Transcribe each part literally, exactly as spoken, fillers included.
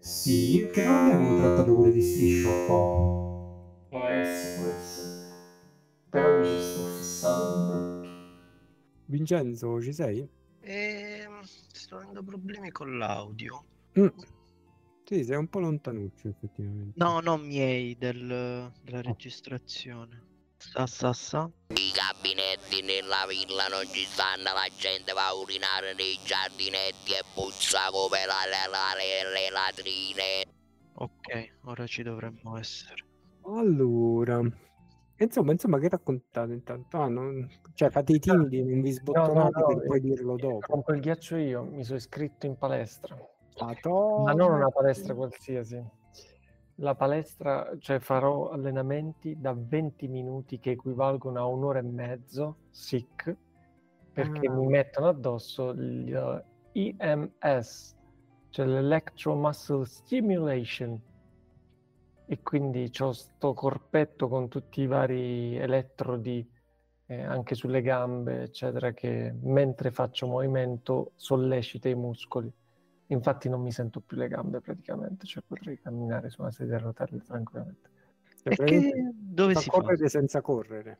Sì, che non abbiamo trattato pure di striscio qua. Può essere, può essere. Però mi ci sto fissando brutto. Vincenzo, ci sei? Ehm, sto avendo problemi con l'audio. Mm. Sì, sei un po' lontanuccio effettivamente. No, non miei, del, della registrazione. Sa, sa, sa. I gabinetti nella villa non ci stanno, la gente va a urinare nei giardinetti e puzza come la, la, la- le, le latrine. Ok, ora ci dovremmo essere. Allora, insomma, insomma, che raccontate intanto? Ah, non- Cioè, fate i timidi, non vi No, no, sbottonate no, per poi eh, dirlo dopo. rompo il ghiaccio io, mi sono iscritto in palestra. Madonna. Ma non una palestra qualsiasi. La palestra, cioè farò allenamenti da venti minuti che equivalgono a un'ora e mezzo, sick, perché Ah. mi mettono addosso il E M S, cioè l'Electromuscle Stimulation, e quindi ho sto corpetto con tutti i vari elettrodi eh, anche sulle gambe, eccetera, che mentre faccio movimento sollecita i muscoli. Infatti non mi sento più le gambe praticamente, cioè potrei camminare su una sedia a rotelle tranquillamente. Cioè, E praticamente che dove fa si fa? correre senza correre.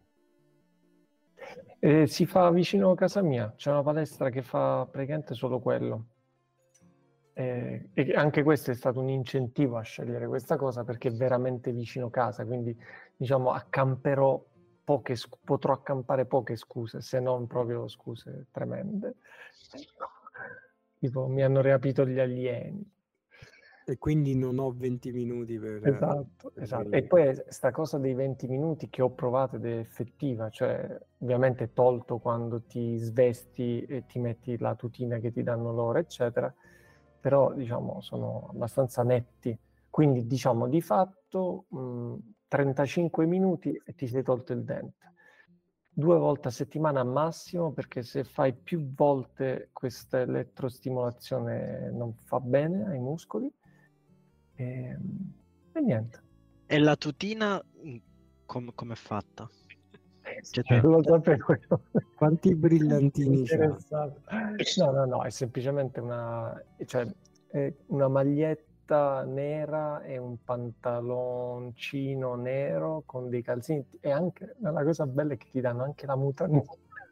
Eh, si fa vicino a casa mia, c'è una palestra che fa praticamente solo quello. Eh, e anche questo è stato un incentivo a scegliere questa cosa perché è veramente vicino casa, quindi diciamo accamperò poche scu- potrò accampare poche scuse, se non proprio scuse tremende. Tipo, mi hanno rapito gli alieni. E quindi non ho venti minuti per... Esatto, per esatto. E venire. poi sta cosa dei venti minuti che ho provato ed è effettiva, cioè ovviamente è tolto quando ti svesti e ti metti la tutina che ti danno l'ora, eccetera, però diciamo sono abbastanza netti. Quindi diciamo di fatto mh, trentacinque minuti e ti sei tolto il dente. Due volte a settimana massimo, perché se fai più volte questa elettrostimolazione non fa bene ai muscoli. E, e niente. E la tutina mm, com- come è fatta? Cioè, Non lo sapevo io. Quanti brillantini c'ha? Interessato. No, no, no, è semplicemente una, cioè, è una maglietta nera e un pantaloncino nero con dei calzini, e anche la cosa bella è che ti danno anche la mutandina.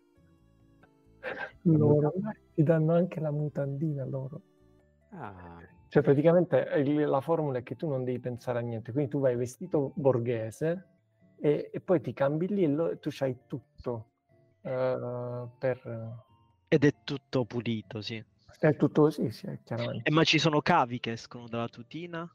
Loro ti danno anche la mutandina loro. Ah, Cioè praticamente il- la formula è che tu non devi pensare a niente, quindi tu vai vestito borghese e, e poi ti cambi lì e lo- tu c'hai tutto eh, per... ed è tutto pulito, sì. È tutto così, sì, chiaramente. E ma ci sono cavi che escono dalla tutina?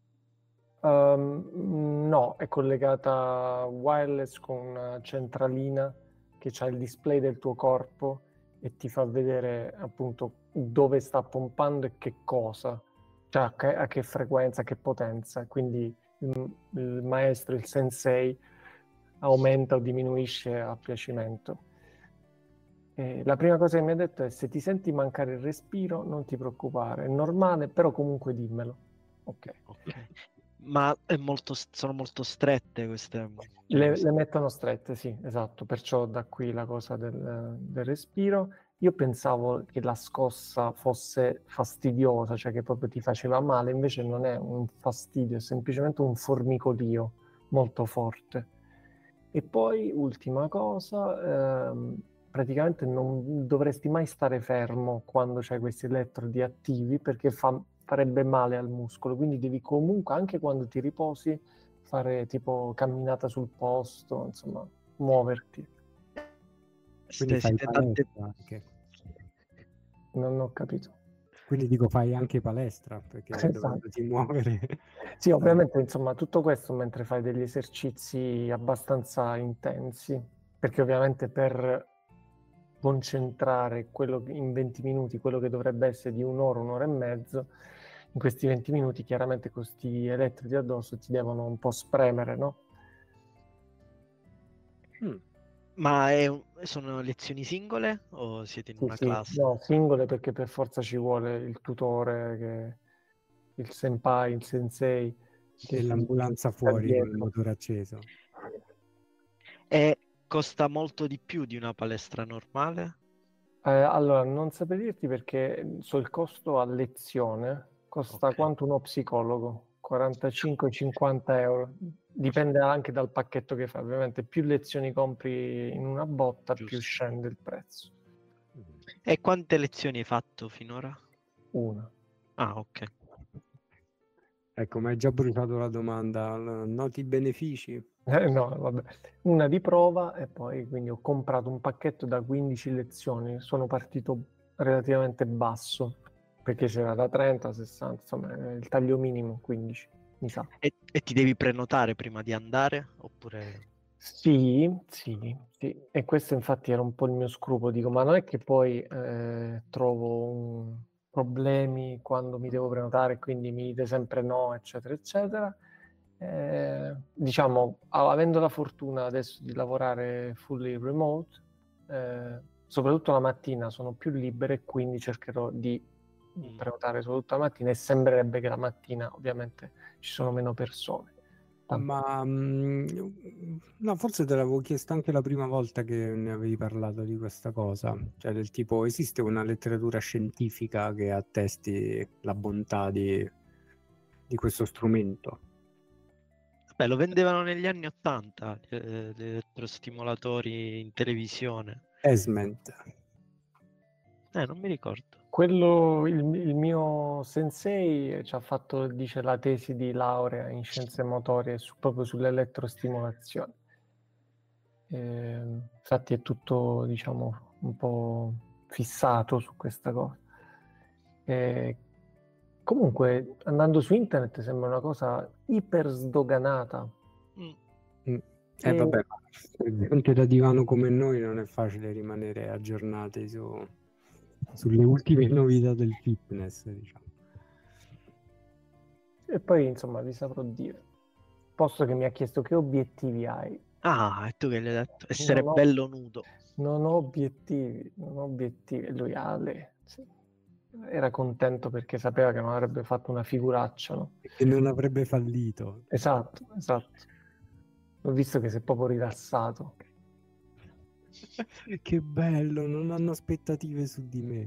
Um, no, è collegata wireless con una centralina che ha il display del tuo corpo e ti fa vedere appunto dove sta pompando e che cosa, cioè a che, a che frequenza, a che potenza. Quindi il, il maestro, il sensei, aumenta o diminuisce a piacimento. E la prima cosa che mi ha detto è: se ti senti mancare il respiro, non ti preoccupare, è normale, però comunque dimmelo. Ok. Ok. Ma è molto, sono molto strette queste. cioè Le, queste- le mettono strette, sì, esatto, perciò da qui la cosa del, del respiro. Io pensavo che la scossa fosse fastidiosa, cioè che proprio ti faceva male, invece non è un fastidio, è semplicemente un formicolio molto forte. E poi, ultima cosa, ehm, praticamente non dovresti mai stare fermo quando c'hai questi elettrodi attivi perché fa- farebbe male al muscolo, quindi devi comunque, anche quando ti riposi, fare tipo camminata sul posto, insomma, muoverti. quindi ste- fai siete tante. palestra anche. Non ho capito. Quindi dico fai anche palestra, perché Esatto. dovendoti muovere... Sì, ovviamente, insomma, tutto questo mentre fai degli esercizi abbastanza intensi, perché ovviamente per concentrare quello che- in venti minuti quello che dovrebbe essere di un'ora, un'ora e mezzo, in questi venti minuti chiaramente con questi elettrodi addosso ti devono un po' spremere, no? Mm. Ma è un- sono lezioni singole o siete in Sì, una sì, classe? no, singole perché per forza ci vuole il tutore, che- il senpai, il sensei, che E ti l'ambulanza sta fuori con il dietro. motore acceso. E costa molto di più di una palestra normale? Eh, allora, non saprei dirti perché so il costo a lezione, Costa Ok. quanto uno psicologo, quarantacinque cinquanta euro. Dipende anche dal pacchetto che fai. Ovviamente più lezioni compri in una botta, più Giusto. scende il prezzo. E quante lezioni hai fatto finora? Una. Ah, ok. Ecco, ma hai già bruciato la domanda. L- Noti benefici? Eh, no, vabbè. Una di prova e poi quindi ho comprato un pacchetto da quindici lezioni. Sono partito relativamente basso perché c'era da trenta a sessanta, insomma, eh, il taglio minimo quindici, mi sa. E, e ti devi prenotare prima di andare? Oppure... Sì, sì, sì. E questo infatti era un po' il mio scrupolo. Dico, ma non è che poi eh, trovo un- problemi quando mi devo prenotare, quindi mi dite sempre no, eccetera, eccetera. Eh, diciamo, a- avendo la fortuna adesso di lavorare fully remote, eh, soprattutto la mattina sono più libero e quindi cercherò di Mm. prenotare soprattutto la mattina e sembrerebbe che la mattina ovviamente ci sono meno persone. Tanto- Ma mm, no, forse te l'avevo chiesto anche la prima volta che ne avevi parlato di questa cosa, cioè del tipo, esiste una letteratura scientifica che attesti la bontà di, di questo strumento? Beh, lo vendevano negli anni ottanta, eh, gli elettrostimolatori in televisione. Esment. Eh, non mi ricordo. Quello, il, il mio sensei ci ha fatto, dice, la tesi di laurea in scienze motorie su- proprio sull'elettrostimolazione. Eh, infatti è tutto, diciamo, un po' fissato su questa cosa. Eh, comunque, andando su internet sembra una cosa iper sdoganata. Mm. Mm. Eh E- vabbè, ma per gente da divano come noi non è facile rimanere aggiornati su, sulle ultime novità del fitness, diciamo. E poi, insomma, vi saprò dire. Posto che mi ha chiesto che obiettivi hai. Ah, e tu che gli hai detto? Essere Non ho- bello nudo. Non ho obiettivi, non ho obiettivi. E lui, Ale, sì. Era contento perché sapeva che non avrebbe fatto una figuraccia, no? E che non avrebbe fallito. Esatto, esatto. Ho visto che si è proprio rilassato. Che bello, non hanno aspettative su di me.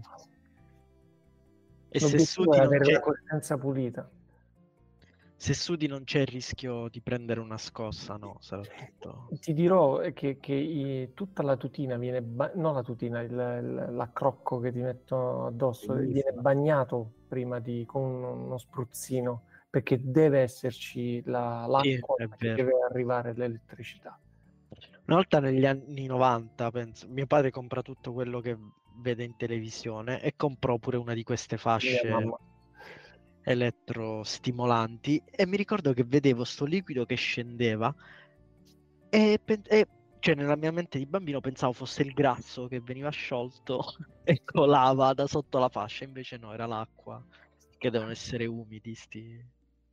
E se L'obiettivo sudi è non avere c'è, la coscienza pulita. se sudi non c'è il rischio di prendere una scossa, no? Sarà tutto... Ti dirò che, che i- tutta la tutina viene, ba- non la tutina, il, il- l'accrocco che ti mettono addosso viene Bellissimo. bagnato prima di, con uno spruzzino, perché deve esserci la- Sì, l'acqua è che vero. deve arrivare l'elettricità. Una volta negli anni novanta, penso, mio padre compra tutto quello che vede in televisione e comprò pure una di queste Mia fasce mamma. elettrostimolanti e mi ricordo che vedevo sto liquido che scendeva e, pen- e, cioè nella mia mente di bambino pensavo fosse il grasso che veniva sciolto e colava da sotto la fascia, invece no, era l'acqua, che devono essere umidi sti,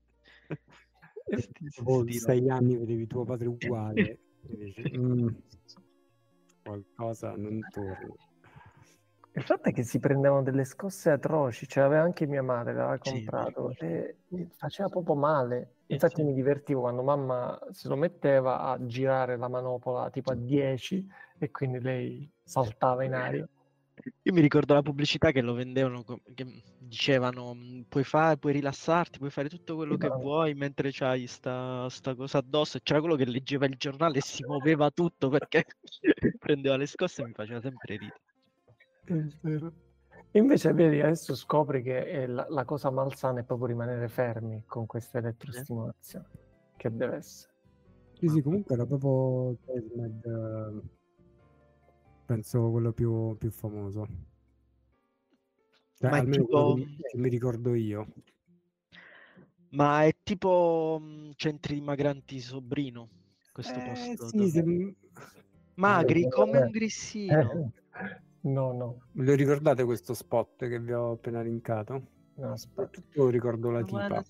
sti, sti, Dopo sti sei anni vedevi tuo padre uguale e dici, robi. "Mm, qualcosa non torna." Il fatto è che si prendevano delle scosse atroci, cioè aveva anche mia madre, l'aveva Sì, mi comprato ricordo. e e faceva proprio male. Sì, Infatti sì. mi divertivo quando mamma se lo metteva a girare la manopola tipo a dieci e quindi lei saltava in aria. Io mi ricordo la pubblicità che lo vendevano, co- che dicevano "Mh, puoi fare, puoi rilassarti, puoi fare tutto quello Sì, che ma- vuoi mentre c'hai sta, sta cosa addosso. E c'era quello che leggeva il giornale e si muoveva tutto perché prendeva le scosse e mi faceva sempre ridere. È vero. Invece, vedi, adesso scopri che è la, la cosa malsana è proprio rimanere fermi con questa elettrostimolazione, che deve essere. Sì, sì, Mamma. comunque era proprio Tesmed, eh, penso quello più, più famoso. Cioè, Ma è almeno quello che tipo, mi, che mi ricordo io. ma è tipo mh, Centri Dimagranti Sobrino, questo Eh posto sì, dove... se- Magri come un Eh, grissino. no, no, ve lo ricordate questo spot che vi ho appena linkato? no, aspetta. Soprattutto ricordo la tipa.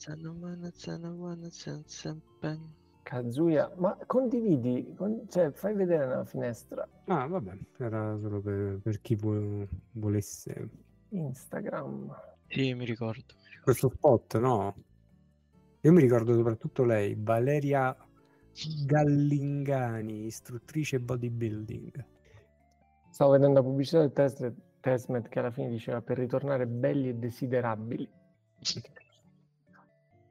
Kazuya, ma condividi, con- cioè fai vedere nella finestra Ah, vabbè, era solo per, per chi vo- volesse. Instagram. Sì, mi ricordo. mi ricordo. Questo spot, no? Io mi ricordo soprattutto lei, Valeria Gallingani, istruttrice bodybuilding. Stavo vedendo la pubblicità del Tesmet, Tesmet che alla fine diceva per ritornare belli e desiderabili.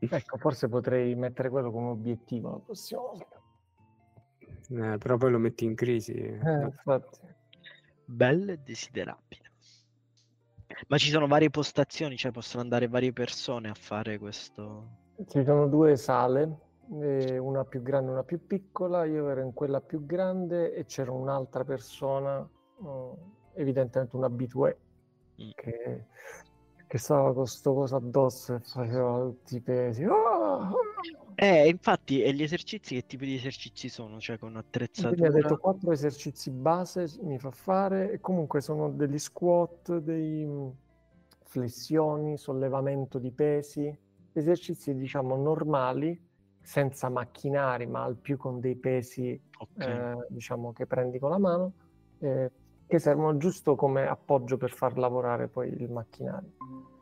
Ecco, forse potrei mettere quello come obiettivo la prossima volta. Eh, però poi lo metti in crisi. Eh, No. infatti. Bello e desiderabile. Ma ci sono varie postazioni, cioè possono andare varie persone a fare questo. Ci sono due sale, eh, una più grande e una più piccola. Io ero in quella più grande e c'era un'altra persona, eh, evidentemente un abitué, Mm. che, che stava con sto coso addosso e faceva tutti i pesi. Oh! Eh, infatti, e gli esercizi che tipi di esercizi sono? Cioè con Quindi mi ha attrezzatura? detto quattro esercizi base mi fa fare, e comunque sono degli squat, dei mh, flessioni, sollevamento di pesi, esercizi diciamo normali, senza macchinari, ma al più con dei pesi Ok. eh, diciamo che prendi con la mano, eh, che servono giusto come appoggio per far lavorare poi il macchinario.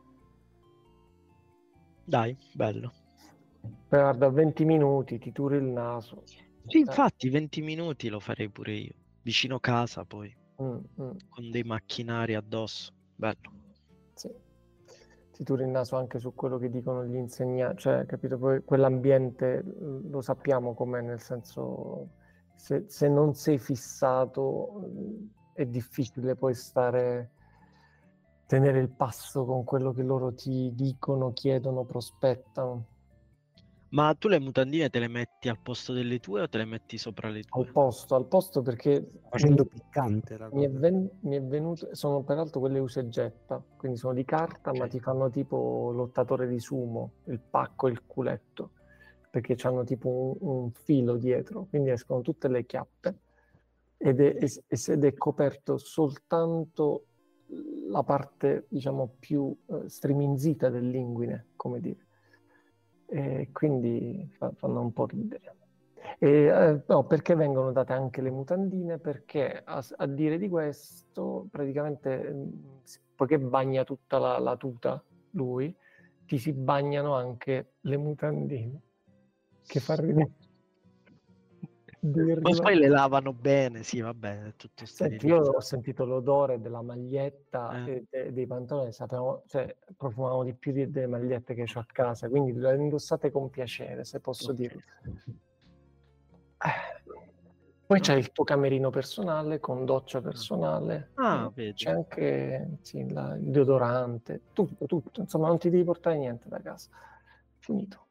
Dai, bello. Guarda, venti minuti, ti turi il naso. Sì, infatti, venti minuti lo farei pure io. Vicino casa, poi, Mm, mm. con dei macchinari addosso. Bello. Sì. Ti turi il naso anche su quello che dicono gli insegnanti, cioè, capito? Poi quell'ambiente mm, lo sappiamo com'è, nel senso, se, se non sei fissato mm, è difficile poi stare, tenere il passo con quello che loro ti dicono, chiedono, prospettano. Ma tu le mutandine te le metti al posto delle tue o te le metti sopra le Al tue? posto, al posto perché Facendo mi, piccante la mi è, cosa. ven- mi è venuto, sono peraltro quelle usa e getta, quindi sono di carta, ma Ok. ti fanno tipo lottatore di sumo, il pacco e il culetto, perché hanno tipo un, un filo dietro, quindi escono tutte le chiappe ed è, es- ed è coperto soltanto la parte, diciamo, più eh, striminzita dell'inguine, come dire. E quindi fa- fanno un po' ridere. E, eh, no, perché vengono date anche le mutandine? Perché a, a dire di questo, praticamente, mh, poiché bagna tutta la, la tuta, lui, ti si bagnano anche le mutandine, che fa ridere. Ma Dirlo. poi le lavano bene, sì, vabbè, è tutto Senti, io ho sterilizzato. sentito l'odore della maglietta Eh. e de- dei pantaloni, sapevamo, cioè, profumavano di più di- delle magliette che ho a casa, quindi le indossate con piacere, se posso Ok. dirlo. Eh, Poi c'è il tuo camerino personale con doccia personale, Ah, eh, vedi. c'è anche sì, la- il deodorante, tutto, tutto, insomma non ti devi portare niente da casa. Finito.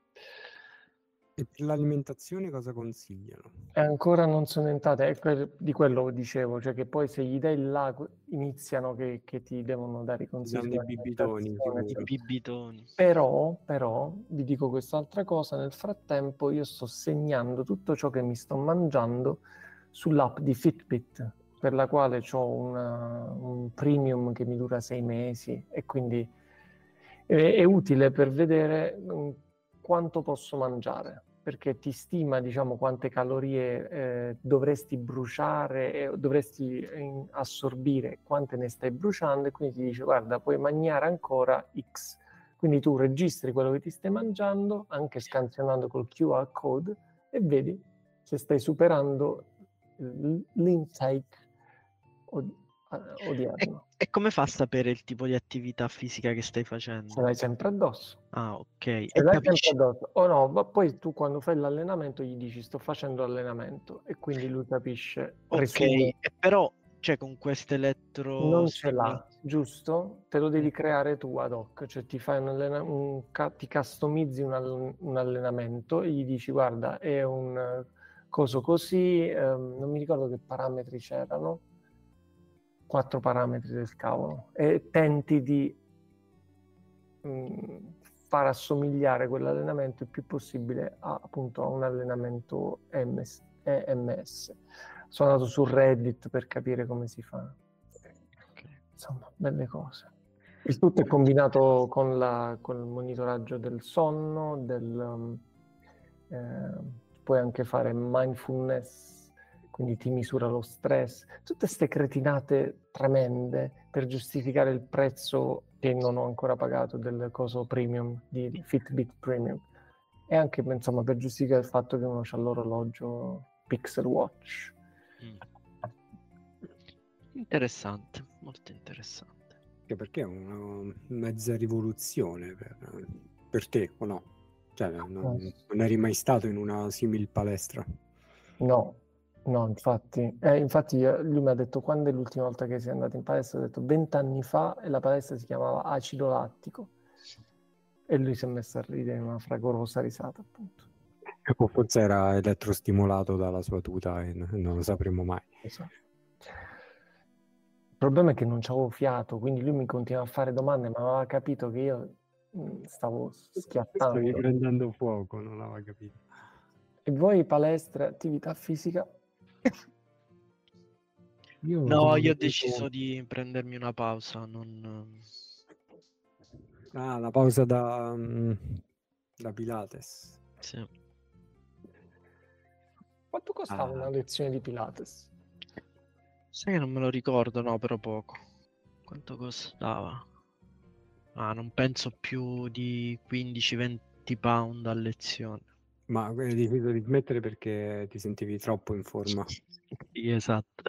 E per l'alimentazione cosa consigliano? E ancora non sono entrate, è quel- di quello che dicevo, cioè che poi se gli dai là iniziano che, che ti devono dare i Ci consigli sono dei bibitoni, sull'alimentazione. I sicuro. bibitoni. Però, però, vi dico quest'altra cosa, nel frattempo io sto segnando tutto ciò che mi sto mangiando sull'app di Fitbit, per la quale ho un premium che mi dura sei mesi e quindi è, è utile per vedere mh, quanto posso mangiare, perché ti stima, diciamo, quante calorie eh, dovresti bruciare e dovresti eh, assorbire, quante ne stai bruciando, e quindi ti dice, guarda, puoi mangiare ancora X. Quindi tu registri quello che ti stai mangiando, anche scansionando col Q R code, e vedi se stai superando l- l'intake od- eh, E, odierno. e come fa a sapere il tipo di attività fisica che stai Ce facendo? l'hai sempre addosso. Ah, ok. Ce E l'hai sempre capisci? addosso. O no, ma poi tu quando fai l'allenamento gli dici sto facendo allenamento e quindi lui capisce, Ok, risume. e però, cioè, con queste Non ce l'ha, elettrostimolazioni. giusto? Te lo devi creare tu ad hoc, cioè ti fai un allena- un ca- ti customizzi un, all- un allenamento e gli dici guarda è un eh, coso così, ehm, non mi ricordo che parametri c'erano, quattro parametri del cavolo, e tenti di mh, far assomigliare quell'allenamento il più possibile a, appunto, a un allenamento E M S, E M S. Sono andato su Reddit per capire come si fa. Insomma, belle cose. Il tutto è combinato con, la, con il monitoraggio del sonno, del, um, eh, puoi anche fare mindfulness, quindi ti misura lo stress, tutte queste cretinate tremende per giustificare il prezzo che non ho ancora pagato del coso premium, di Fitbit Premium, e anche insomma per giustificare il fatto che uno c'ha l'orologio Pixel Watch. Mm. Interessante, molto interessante. Che perché è una mezza rivoluzione per, per te, o no? Cioè, non, Eh, non eri mai stato in una simil palestra. No, no, infatti, eh, infatti io- lui mi ha detto quando è l'ultima volta che sei andato in palestra, ho detto vent'anni fa e la palestra si chiamava Acido Lattico e lui si è messo a ridere in una fragorosa risata, appunto. O forse era elettrostimolato dalla sua tuta e n- non lo sapremo mai. Esatto. Il problema è che non c'avevo fiato, quindi lui mi continuava a fare domande, ma aveva capito che io mm, stavo Stavi schiattando. prendendo fuoco, non aveva capito. E voi palestra, attività fisica? Io No, io ho ultimamente- deciso di prendermi una pausa, non... Ah, la pausa da, mm, da Pilates. Sì. Quanto costava Ah. una lezione di Pilates? Sai che non me lo ricordo, no, però poco. Quanto costava? Ah, non penso più di quindici venti pound a lezione. Ma hai deciso di smettere perché ti sentivi troppo in forma. Sì, esatto.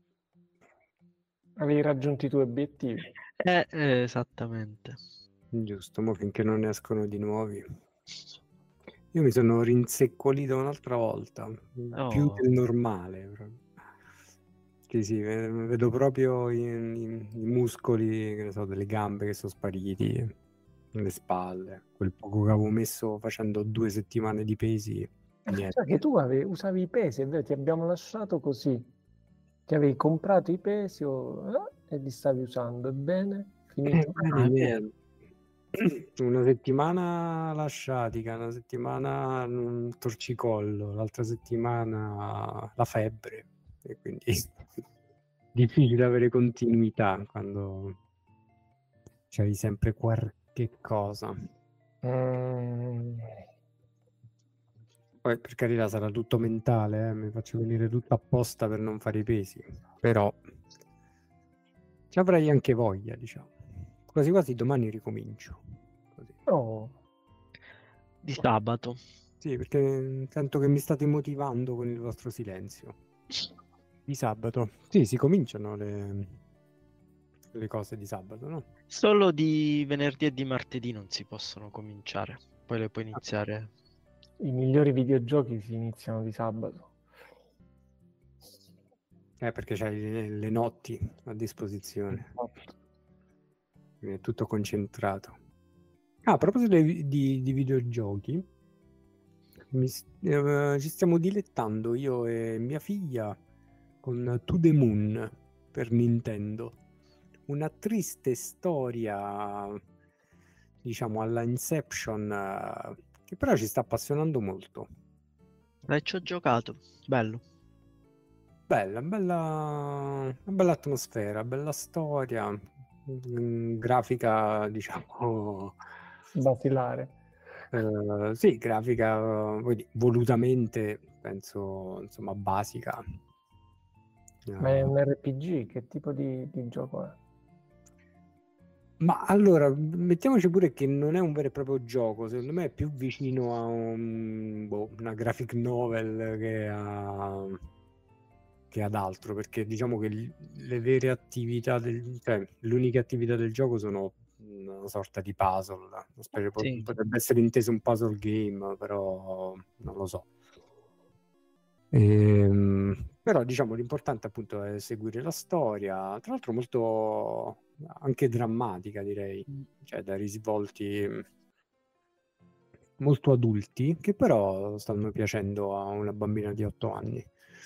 Avevi raggiunto i tuoi obiettivi? Eh, eh, esattamente. Giusto, mo finché non ne escono di nuovi. Io mi sono rinseccolito un'altra volta, più Oh. del normale. proprio. Sì, sì, ve- vedo proprio i, i- i muscoli, che ne so, delle gambe che sono spariti, le spalle, quel poco che avevo messo facendo due settimane di pesi, niente. Cioè che tu avevi, usavi i pesi, è vero, ti abbiamo lasciato così. Ti avevi comprato i pesi o- eh, e li stavi usando, ebbene, finito. Eh, Ah, è niente. Una settimana la sciatica, una settimana un torcicollo, l'altra settimana la febbre, e quindi difficile avere continuità quando c'hai sempre qualche cosa. Mm, Poi per carità sarà tutto mentale, eh, mi faccio venire tutto apposta per non fare i pesi, però ci avrei anche voglia, diciamo. Quasi quasi domani ricomincio. Così. oh, di sabato. Sì, perché sento che mi state motivando con il vostro silenzio. Di sabato. Sì, si cominciano le, le cose di sabato, no? Solo di venerdì e di martedì non si possono cominciare. Poi le puoi iniziare. i migliori videogiochi si iniziano di sabato. Eh, perché c'hai le, le notti a disposizione. Quindi è tutto concentrato. Ah, a proposito di, di- di videogiochi, mi s- eh, ci stiamo dilettando io e mia figlia con To The Moon per Nintendo. Una triste storia, diciamo, alla Inception, eh, che però ci sta appassionando molto. Dai, ci ho giocato. Bello. Bella, bella, una bella atmosfera, bella storia, mm, grafica, diciamo, Basilare. eh, sì, grafica, eh, voglio dire, volutamente, penso, insomma, basica. Ma è Eh, un R P G, che tipo di, di gioco è? Ma allora, mettiamoci pure che non è un vero e proprio gioco, secondo me è più vicino a un- boh, una graphic novel che, a, che ad altro, perché diciamo che l- le vere attività, del, cioè l'unica attività del gioco sono una sorta di puzzle, una specie- Sì. potrebbe essere inteso un puzzle game, però non lo so. Ehm, però diciamo l'importante appunto è seguire la storia, tra l'altro molto anche drammatica, direi, cioè da risvolti molto adulti che però stanno piacendo a una bambina di otto anni,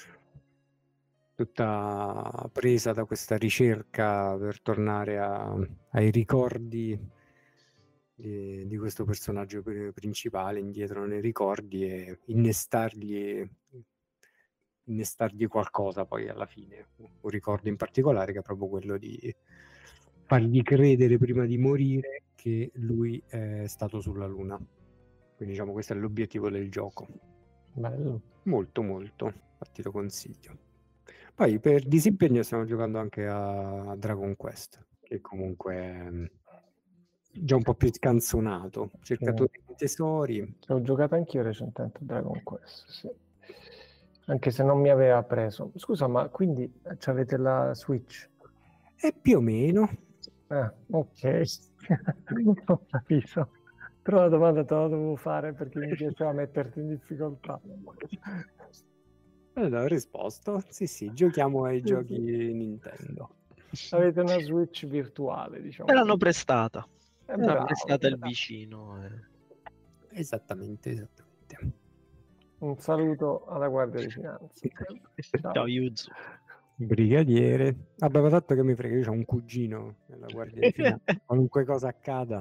tutta presa da questa ricerca per tornare a- ai ricordi di, di questo personaggio pri- principale, indietro nei ricordi, e innestargli innestargli qualcosa poi alla fine, un ricordo in particolare che è proprio quello di fargli credere prima di morire che lui è stato sulla Luna. Quindi diciamo questo è l'obiettivo del gioco. Bello. Molto molto, infatti lo consiglio. Poi per disimpegno stiamo giocando anche a Dragon Quest, che comunque è già un po' più scanzonato, cercatore di tesori. Ci ho giocato anch'io recentemente a Dragon Quest, sì. Anche se non mi aveva preso. Scusa, ma quindi avete la Switch? E più o meno. Ah, ok. Ho capito. Però la domanda te la dovevo fare perché mi piaceva metterti in difficoltà. Allora, ho risposto, sì sì, giochiamo ai Sì, giochi sì. Nintendo. Avete una Switch virtuale, diciamo. Me l'hanno prestata. Eh, Me l'ha bravo, prestata il bravo. vicino. eh. Esattamente, esattamente. Un saluto alla Guardia di Finanza. Ciao. Ciao Yuzu. Brigadiere. Vabbè, tanto che mi frega, io ho un cugino nella Guardia di Finanza. Qualunque cosa accada,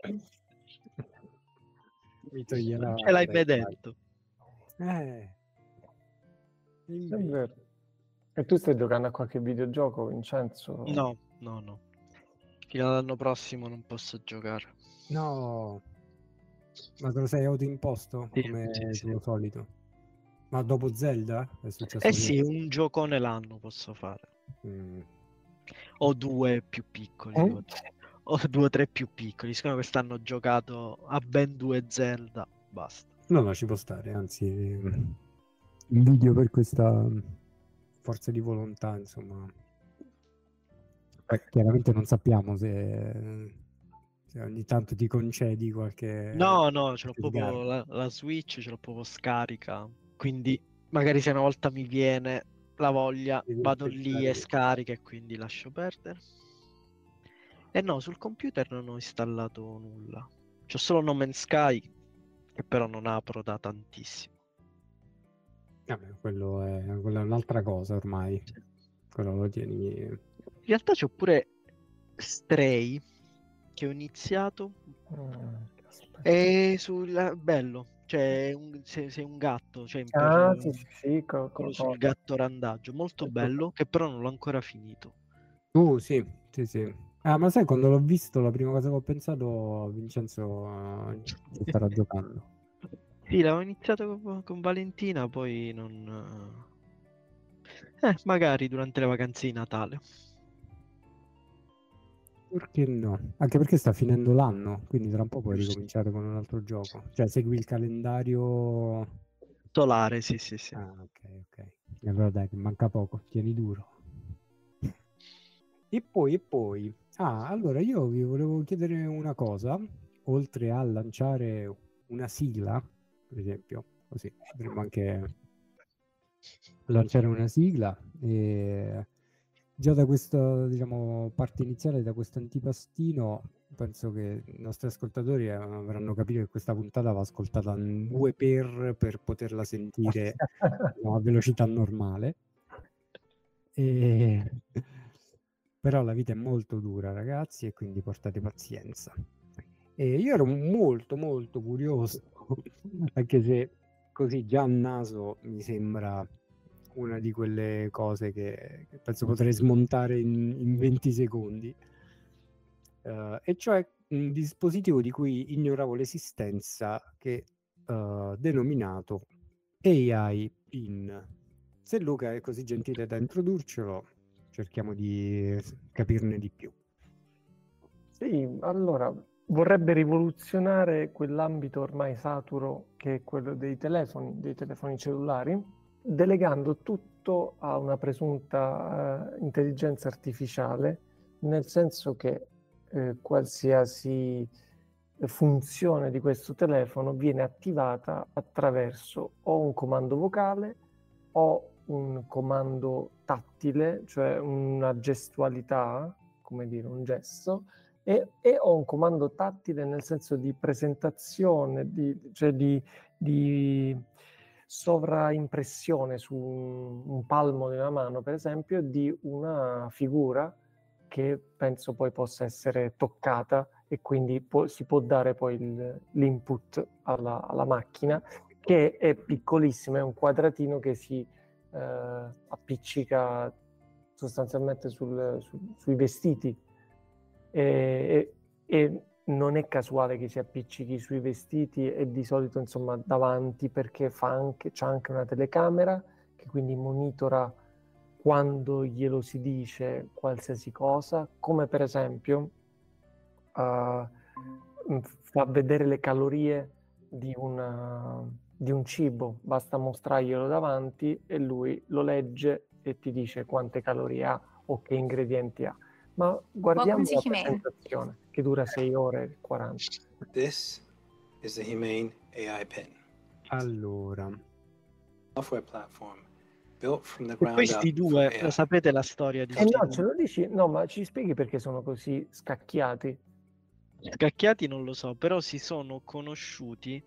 mi toglierà. Ce l'hai dai guai. vedetto. Eh. È Invece. vero. E tu stai giocando a qualche videogioco, Vincenzo? No, no, no. Fino all'anno prossimo non posso giocare. No. Ma te lo sei autoimposto Sì, come sì, sì. tuo solito? Ma dopo Zelda è successo Eh così? sì, un giocone l'anno posso fare. Mm. O due più piccoli. Eh? O, o due o tre più piccoli. Siccome quest'anno ho giocato a ben due Zelda, basta. No, no, ci può stare, anzi, invidio per questa forza di volontà, insomma. Poi, chiaramente non sappiamo se, se ogni tanto ti concedi qualche... No, no, ce l'ho qualche proprio sgarro. la, la Switch, ce l'ho proprio scarica. Quindi magari se una volta mi viene la voglia, Devi vado lì aspettare e che- scarica e quindi lascio perdere. E no, sul computer non ho installato nulla. C'ho solo No Man's Sky, che però non apro da tantissimo. Vabbè, quello è, quella è un'altra cosa ormai. Sì. Quello lo tieni... In realtà c'ho pure Stray, che ho iniziato. Mm, aspetta. E sul bello, cioè un- se- sei un gatto, cioè in Ah, per- sì, sì, sì, co- quello co- sul co- gatto randaggio, molto Ecco. bello, che però non l'ho ancora finito. Uh, sì, sì, sì. Ah, ma sai, quando l'ho visto, la prima cosa che ho pensato, Vincenzo eh, ci starà giocando. Sì, l'avevo iniziato con, con Valentina, poi non... Eh, magari durante le vacanze di Natale. Perché no? Anche perché sta finendo l'anno, quindi tra un po' puoi Giusto. ricominciare con un altro gioco. Cioè, segui il calendario... Solare, sì, sì, sì. Ah, ok, ok. E allora dai, che manca poco, tieni duro. E poi, e poi... Ah, allora io vi volevo chiedere una cosa, oltre a lanciare una sigla, per esempio, così potremmo anche lanciare una sigla e già da questa, diciamo, parte iniziale, da questo antipastino, penso che i nostri ascoltatori eh, avranno capito che questa puntata va ascoltata in due per per poterla sentire diciamo, a velocità normale. E... Però la vita è molto dura, ragazzi, e quindi portate pazienza. E io ero molto, molto curioso, anche se così già a naso mi sembra una di quelle cose che, che penso potrei smontare in, in venti secondi, uh, e cioè un dispositivo di cui ignoravo l'esistenza che uh, denominato A I Pin. Se Luca è così gentile da introdurcelo, cerchiamo di capirne di più. Sì, allora vorrebbe rivoluzionare quell'ambito ormai saturo che è quello dei telefoni, dei telefoni cellulari, delegando tutto a una presunta uh, intelligenza artificiale, nel senso che eh, qualsiasi funzione di questo telefono viene attivata attraverso o un comando vocale o un comando tattile, cioè una gestualità, come dire, un gesto, e, e ho un comando tattile nel senso di presentazione, di, cioè di, di sovraimpressione su un, un palmo di una mano, per esempio, di una figura che penso poi possa essere toccata e quindi può, si può dare poi il, l'input alla, alla macchina, che è piccolissimo, è un quadratino che si eh, appiccica sostanzialmente sul, su, sui vestiti. E, e, e non è casuale che si appiccichi sui vestiti e di solito insomma davanti, perché fa anche, c'è anche una telecamera che quindi monitora quando glielo si dice qualsiasi cosa, come per esempio uh, fa vedere le calorie di, una, di un cibo, basta mostrarglielo davanti e lui lo legge e ti dice quante calorie ha o che ingredienti ha. Ma guardiamo la presentazione che dura sei ore e quaranta. This is the Humane A I Pin. Allora, Software platform built from the E ground questi up due, for lo A I. sapete la storia di Eh sti no, ce due? lo dici? No, ma ci spieghi perché sono così scacchiati? Scacchiati non lo so, però si sono conosciuti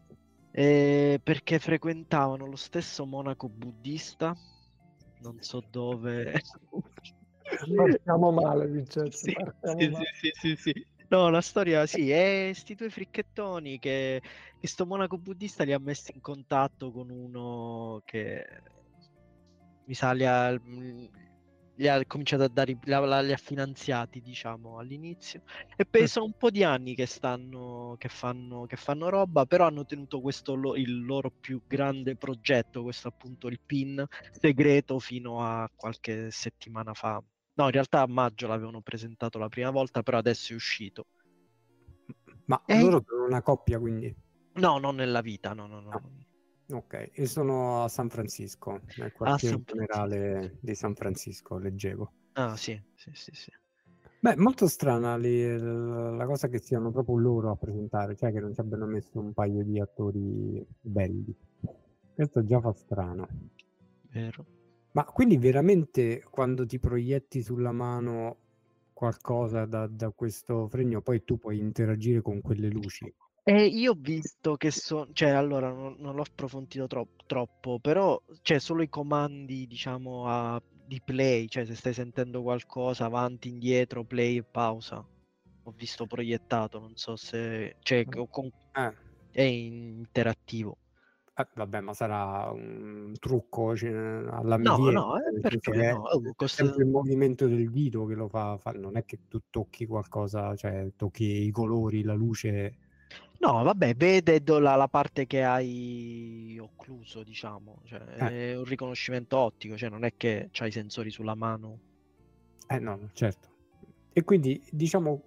eh, perché frequentavano lo stesso monaco buddista, non so dove. Partiamo male, Vincenzo, Sì, partiamo sì, male. sì, sì, sì, sì. No, la storia sì, è sti due fricchettoni che, che sto monaco buddista li ha messi in contatto con uno che mi sa li ha, li ha cominciato a dare, li ha, li ha finanziati, diciamo, all'inizio. E poi sono un po' di anni che stanno, che fanno, che fanno roba, però hanno tenuto questo lo- il loro più grande progetto, questo appunto il PIN segreto, fino a qualche settimana fa. No, in realtà a maggio l'avevano presentato la prima volta, però adesso è uscito. ma E loro sono una coppia, quindi. no, non nella vita, no, no, no. No. Ok, e sono a San Francisco, nel quartiere San generale di San Francisco, leggevo. Ah, sì, sì, sì, sì. Beh, molto strana lì, la cosa che siano proprio loro a presentare, cioè che non ci abbiano messo un paio di attori belli. Questo già fa strano. Vero. Ma quindi veramente quando ti proietti sulla mano qualcosa da, da questo fregno, poi tu puoi interagire con quelle luci? E io ho visto che sono, cioè allora non, non l'ho approfondito tro- troppo, però c'è solo i comandi, diciamo, a- di play, cioè se stai sentendo qualcosa, avanti, indietro, play e pausa. Ho visto proiettato, non so se, cioè, co- con- Eh, è interattivo. eh, vabbè, ma sarà un trucco, cioè, alla No, miliera, no, eh, nel senso perché che no? è, Oh, è costa- sempre il movimento del dito che lo fa, fa- non è che tu tocchi qualcosa, cioè tocchi i colori, la luce. No, vabbè, vede do- la, la parte che hai occluso, diciamo, cioè, Eh, è un riconoscimento ottico, cioè non è che c'hai i sensori sulla mano. eh no, certo. E quindi, diciamo,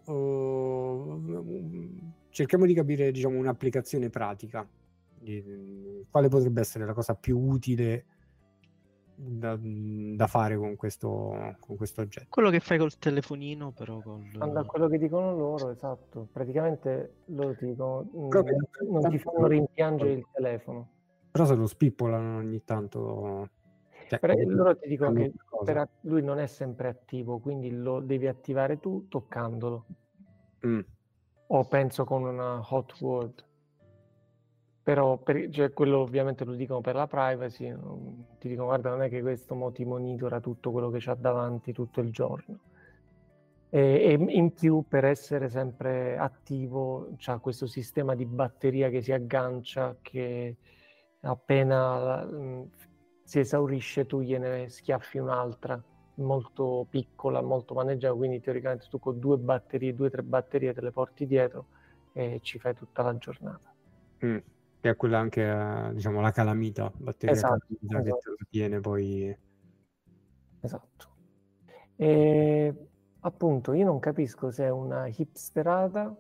uh, cerchiamo di capire, diciamo, un'applicazione pratica. Di- quale potrebbe essere la cosa più utile da, da fare con questo, con questo oggetto? Quello che fai col telefonino, però col... Stando a quello che dicono loro, esatto. Praticamente loro ti dicono, mm, Però, non, non ti fanno rimpiangere il telefono. però se lo spippolano ogni tanto, cioè, Però comunque loro ti dicono fanno che qualcosa. per a- lui non è sempre attivo, quindi lo devi attivare tu toccandolo. Mm. O penso con una hot word. Però per, cioè, quello ovviamente lo dicono per la privacy, non- ti dicono guarda non è che questo mo ti monitora tutto quello che c'ha davanti tutto il giorno. E, e in più per essere sempre attivo c'ha questo sistema di batteria che si aggancia che appena mh, si esaurisce tu gliene schiaffi un'altra molto piccola, molto maneggiabile, quindi teoricamente tu con due batterie, due o tre batterie te le porti dietro e ci fai tutta la giornata. Mm. Che è quella anche, eh, diciamo, la calamita, batteria Esatto, calamita che esatto. te lo tiene poi. Esatto. E appunto io non capisco se è una hipsterata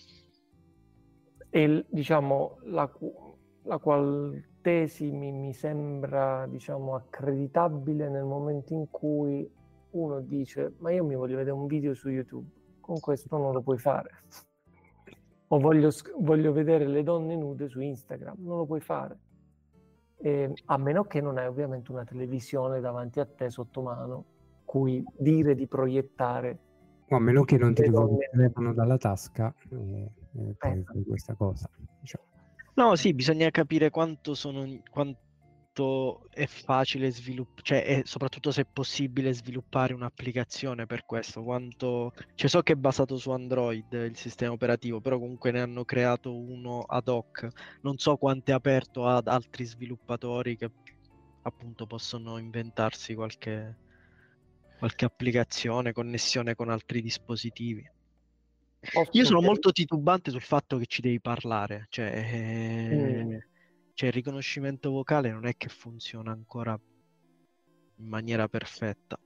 e il- diciamo la, cu- la qual tesi mi, mi sembra diciamo accreditabile nel momento in cui uno dice ma io mi voglio vedere un video su YouTube, con questo non lo puoi fare. O voglio, sc- voglio vedere le donne nude su Instagram, non lo puoi fare. E, a meno che non hai ovviamente una televisione davanti a te sotto mano cui dire di proiettare O a meno che non ti le rivolgi donne. il telefono dalla tasca e, e poi Esatto. fai questa cosa. Diciamo. No, sì, bisogna capire quanto sono, quanto è facile sviluppare, cioè e soprattutto se è possibile sviluppare un'applicazione per questo, quanto, cioè so che è basato su Android il sistema operativo, però comunque ne hanno creato uno ad hoc, non so quanto è aperto ad altri sviluppatori che appunto possono inventarsi qualche, qualche applicazione, connessione con altri dispositivi. Posso Io sono dire- molto titubante sul fatto che ci devi parlare, cioè, eh, Mm. cioè il riconoscimento vocale non è che funziona ancora in maniera perfetta.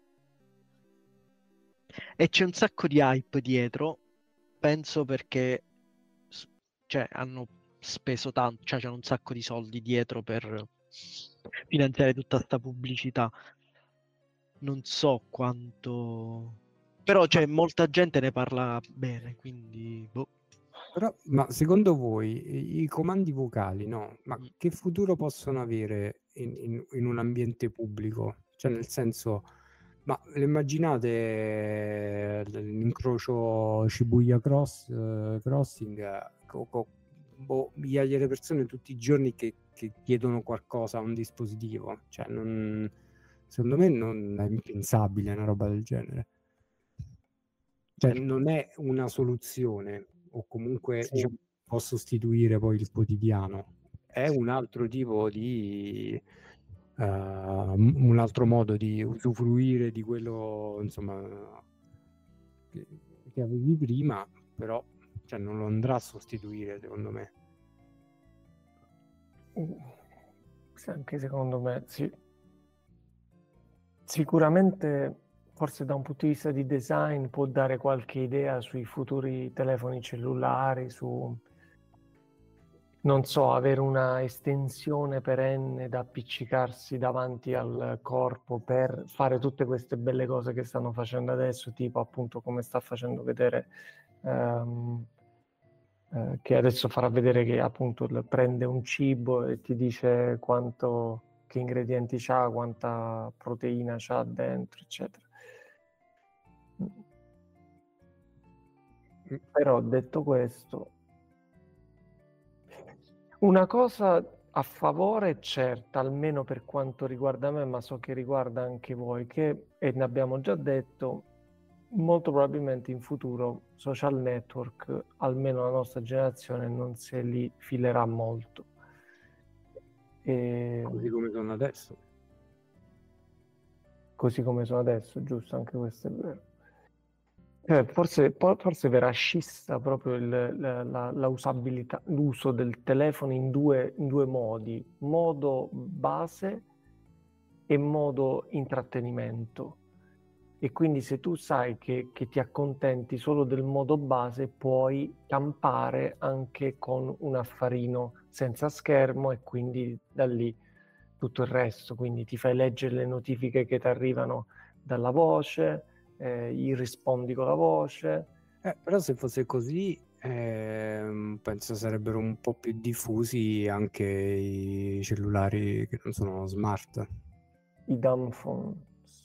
E c'è un sacco di hype dietro, penso perché s- cioè, hanno speso tanto, cioè c'è un sacco di soldi dietro per finanziare tutta sta pubblicità. Non so quanto... Però c'è molta gente ne parla bene, quindi... Boh. Però, ma secondo voi i, i comandi vocali, no? Ma Mm. che futuro possono avere in, in- in un ambiente pubblico? Cioè, nel senso, ma le immaginate eh, l'incrocio Shibuya Cross, eh, Crossing eh, co- co- boh, migliaia di persone tutti i giorni che, che chiedono qualcosa a un dispositivo? Cioè, non, secondo me non è impensabile una roba del genere. Cioè, non è una soluzione, o comunque Sì. diciamo, può sostituire poi il quotidiano. È un altro tipo di uh, un altro modo di usufruire di quello, insomma, che, che avevi prima, però cioè, non lo andrà a sostituire, secondo me. Sì, anche secondo me, sì. Sicuramente, forse da un punto di vista di design, può dare qualche idea sui futuri telefoni cellulari, su, non so, avere una estensione perenne da appiccicarsi davanti al corpo per fare tutte queste belle cose che stanno facendo adesso, tipo appunto come sta facendo vedere, ehm, eh, che adesso farà vedere che appunto l- prende un cibo e ti dice quanto, che ingredienti c'ha, quanta proteina c'ha dentro, eccetera. Però detto questo, una cosa a favore certa, almeno per quanto riguarda me, ma so che riguarda anche voi, che, e ne abbiamo già detto, molto probabilmente in futuro social network, almeno la nostra generazione, non se li filerà molto. E... Così come sono adesso. Così come sono adesso, giusto, anche questo è vero. Eh, forse, po- forse verrà scissa proprio il- la, la- la usabilità, l'uso del telefono in due, in due modi, modo base e modo intrattenimento. E quindi se tu sai che, che ti accontenti solo del modo base, puoi campare anche con un affarino senza schermo e quindi da lì tutto il resto. Quindi ti fai leggere le notifiche che ti arrivano dalla voce, eh, gli rispondi con la voce. Eh, però se fosse così, ehm, penso sarebbero un po' più diffusi anche i cellulari che non sono smart. I dumb phone.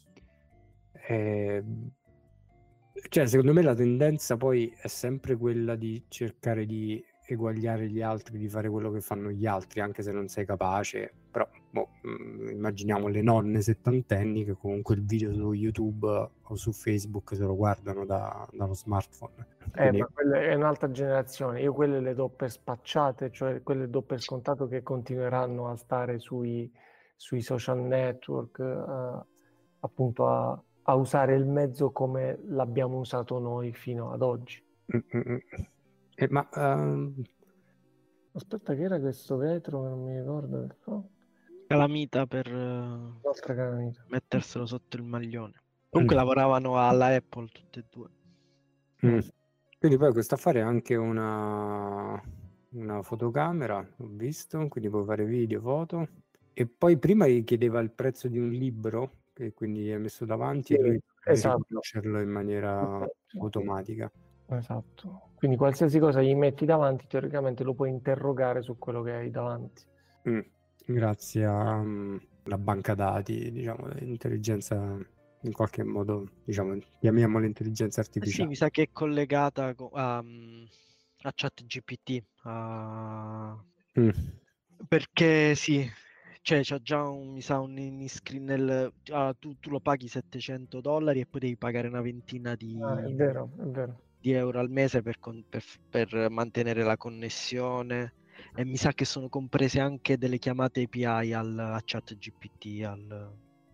Eh, cioè, secondo me la tendenza poi è sempre quella di cercare di eguagliare gli altri, di fare quello che fanno gli altri, anche se non sei capace. Però, boh, mh, immaginiamo le nonne settantenni che comunque il video su YouTube o su Facebook se lo guardano da, dallo smartphone. Eh, Quindi, ma quella è un'altra generazione. Io quelle le do per spacciate, cioè quelle do per scontato che continueranno a stare sui, sui social network, eh, appunto a, a usare il mezzo come l'abbiamo usato noi fino ad oggi. mm, mm, mm. Eh, ma ehm, Aspetta, che era questo vetro che non mi ricordo che fa? Calamita per eh, Un'altra calamita. metterselo sotto il maglione. Comunque lavoravano alla Apple tutte e due. mm. Quindi poi questo affare è anche una, una fotocamera, ho visto, quindi puoi fare video, foto. E poi prima gli chiedeva il prezzo di un libro, che quindi gli hai messo davanti Sì, e lui deve esatto. riconoscerlo in maniera Esatto. automatica. Esatto. Quindi qualsiasi cosa gli metti davanti, teoricamente lo puoi interrogare su quello che hai davanti. Mm. Grazie alla banca dati, diciamo, l'intelligenza in qualche modo, diciamo, chiamiamola intelligenza Eh sì, artificiale. mi sa che è collegata co- a, mm, a ChatGPT. a- Mm. Perché sì, cioè c'ha già un, mi sa un in-screen nel, ah, tu, tu lo paghi settecento dollari e poi devi pagare una ventina di, Ah, è vero, è vero. di euro al mese per, con- per, per mantenere la connessione. E mi sa che sono comprese anche delle chiamate A P I al, a ChatGPT. Al...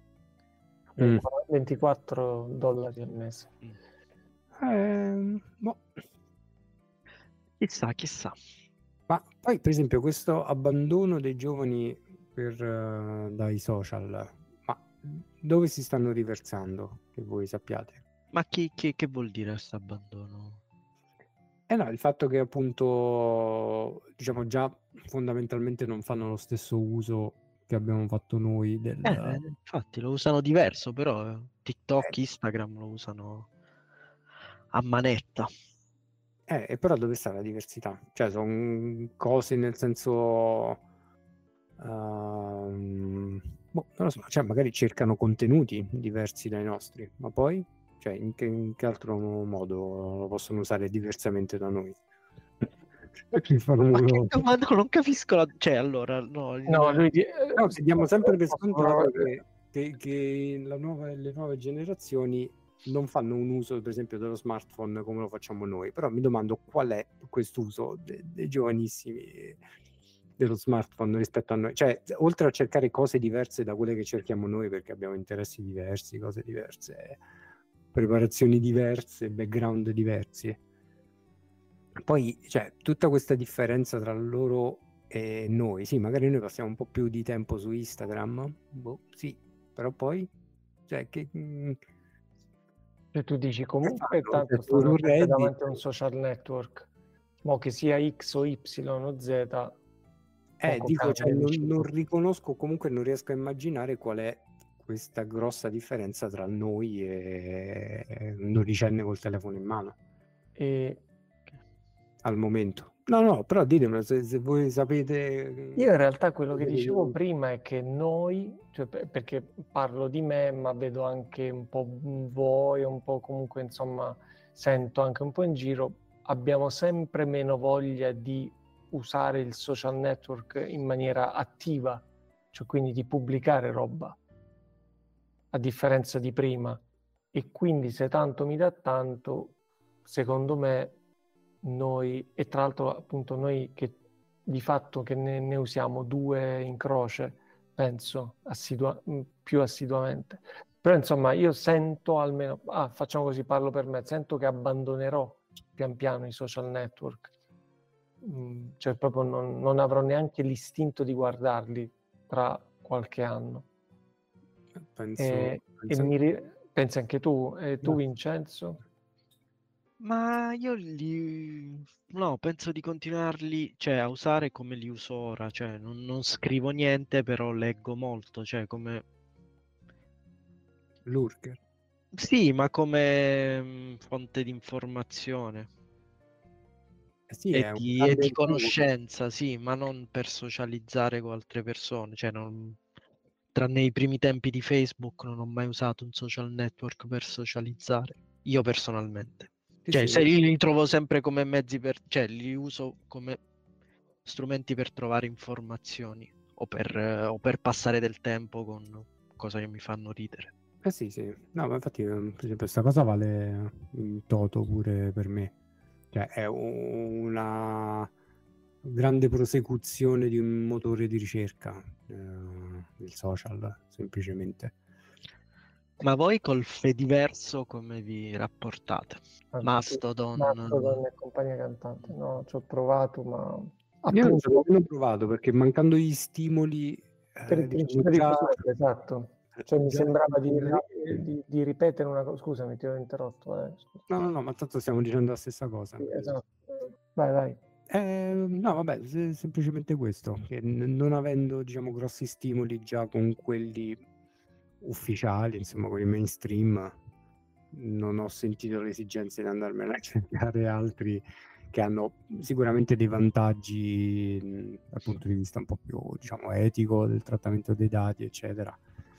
Mm. ventiquattro dollari al mese. Eh, boh. Chissà, chissà. Ma poi, per esempio, questo abbandono dei giovani per, eh, dai social, ma dove si stanno riversando, che voi sappiate? Ma chi, chi- che vuol dire questo abbandono? Eh no, il fatto che appunto, diciamo già fondamentalmente non fanno lo stesso uso che abbiamo fatto noi del... Eh, infatti lo usano diverso, però TikTok, Instagram lo usano a manetta. Eh, e però dove sta la diversità? Cioè, sono cose nel senso... ehm, boh, non lo so, cioè magari cercano contenuti diversi dai nostri, ma poi, cioè, in che, in che altro modo lo possono usare diversamente da noi? Ci fanno Ma che uno- domanda? Non capisco la... Cioè, allora, no, il- No, lui di- No, che diamo sempre per posso scontato provare- che, che- che la nuova- le nuove generazioni non fanno un uso, per esempio, dello smartphone come lo facciamo noi. Però mi domando qual è quest'uso de- dei giovanissimi dello smartphone rispetto a noi. Cioè, oltre a cercare cose diverse da quelle che cerchiamo noi, perché abbiamo interessi diversi, cose diverse, preparazioni diverse, background diversi. Poi, cioè, tutta questa differenza tra loro e noi, sì, magari noi passiamo un po' più di tempo su Instagram, boh, sì, però poi, cioè, che... mm, Cioè, tu dici comunque fanno? tanto Cioè, stanno su sempre Reddit- davanti a un social network, mo che sia X o Y o Z, Eh, poco dico, cioè, cambia, non, dici non tu. riconosco, comunque non riesco a immaginare qual è questa grossa differenza tra noi e un dodicenne col telefono in mano, E al momento. No, no, però ditemelo se, se voi sapete... io in realtà quello che sapete dicevo di- prima è che noi, cioè, per- perché parlo di me, ma vedo anche un po' voi, un po' comunque, insomma, sento anche un po' in giro, abbiamo sempre meno voglia di usare il social network in maniera attiva, cioè quindi di pubblicare roba, a differenza di prima. E quindi se tanto mi dà tanto, secondo me noi, e tra l'altro appunto noi che di fatto che ne, ne usiamo due in croce, penso, assidua- mh, più assiduamente. Però insomma io sento almeno, ah, facciamo così, parlo per me, sento che abbandonerò pian piano i social network. Mm, cioè proprio non, non avrò neanche l'istinto di guardarli tra qualche anno. Penso, E, penso- e mi ri- pensi anche tu, e tu No. Vincenzo? Ma io li... No, penso di continuarli, cioè, a usare come li uso ora. Cioè, non, non scrivo niente, però leggo molto. Cioè, come... Lurker. Sì, ma come mm, fonte di informazione. Eh sì, E è un di, e grande di gioco. conoscenza, sì, ma non per socializzare con altre persone. Cioè, non... tranne i primi tempi di Facebook, non ho mai usato un social network per socializzare. Io personalmente. Sì, Cioè, sì, se li, li trovo sempre come mezzi per... Cioè, li uso come strumenti per trovare informazioni o per, eh, o per passare del tempo con cose che mi fanno ridere. eh sì, sì. No, ma infatti, ehm, per esempio, questa cosa vale in toto pure per me. Cioè, è una grande prosecuzione di un motore di ricerca, eh, il social, semplicemente. Ma voi col Fediverso come vi rapportate? Mastodon? Mastodon e compagnia cantante. No, ci ho provato, ma Io non ci appunto avevo nemmeno provato perché mancando gli stimoli, per eh, il diciamo, principio di già, questo, esatto. Cioè mi già- sembrava di, ri- di- di ripetere una cosa. Scusami, ti ho interrotto. Eh. scusa. No, no, no, ma tanto stiamo dicendo la stessa cosa. Sì, esatto. Vai, vai. Eh, no, vabbè, se- semplicemente questo, che n- non avendo, diciamo, grossi stimoli già con quelli ufficiali, insomma, quelli mainstream, non ho sentito l'esigenza di andarmene a cercare altri che hanno sicuramente dei vantaggi mh, dal punto di vista un po' più, diciamo, etico del trattamento dei dati, eccetera.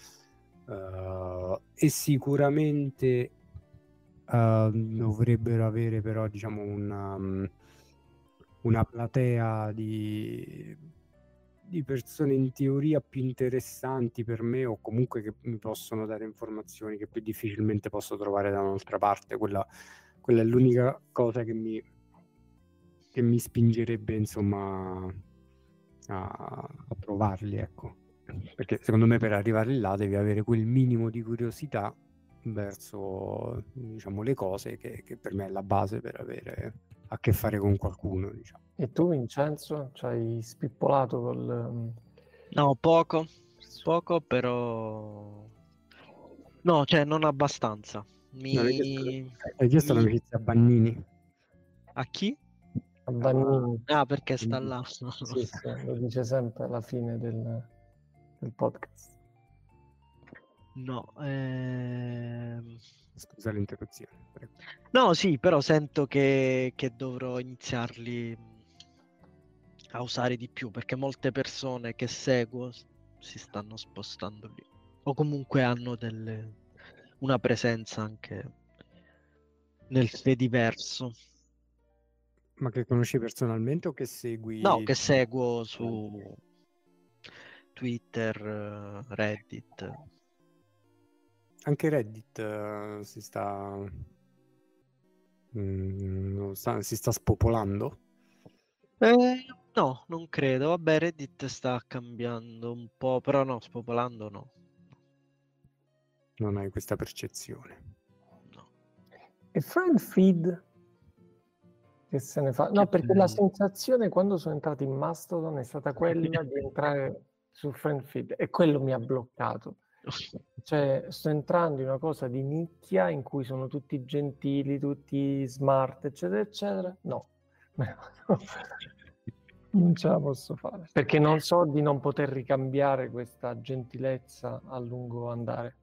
Uh, e sicuramente uh, dovrebbero avere però, diciamo, una, um, una platea di, di persone in teoria più interessanti per me, o comunque che mi possono dare informazioni che più difficilmente posso trovare da un'altra parte. Quella, quella è l'unica cosa che mi, che mi spingerebbe, insomma, a, a provarli, ecco. Perché secondo me per arrivare là devi avere quel minimo di curiosità verso, diciamo, le cose che, che per me è la base per avere a che fare con qualcuno, diciamo. E tu Vincenzo, ci hai spippolato col... um, No, poco, poco, però... No, cioè non abbastanza. Mi... Non hai chiesto, hai chiesto mi- l'amicizia a Bannini? A chi? a Bannini. Ah, perché sta là. Sì, sì, lo dice sempre alla fine del, del podcast. No, ehm... Scusa l'interruzione, prego. No, sì, però sento che, che dovrò iniziarli a usare di più, perché molte persone che seguo s- si stanno spostando lì. O comunque hanno delle... una presenza anche nel Fediverso. Ma che conosci personalmente o che No, segui? che seguo su Twitter, eh, Reddit. Anche Reddit eh, si sta, mm, sta- si sta spopolando. Eh, no, non credo. Vabbè, Reddit sta cambiando un po', però no, spopolando no. Non hai questa percezione. No. E friend feed che se ne fa? No, Che perché la bello. sensazione quando sono entrato in Mastodon è stata quella di entrare su friend feed e quello mi ha bloccato. Cioè, sto entrando in una cosa di nicchia in cui sono tutti gentili, tutti smart, eccetera, eccetera. No, non ce la posso fare perché non so di non poter ricambiare questa gentilezza a lungo andare.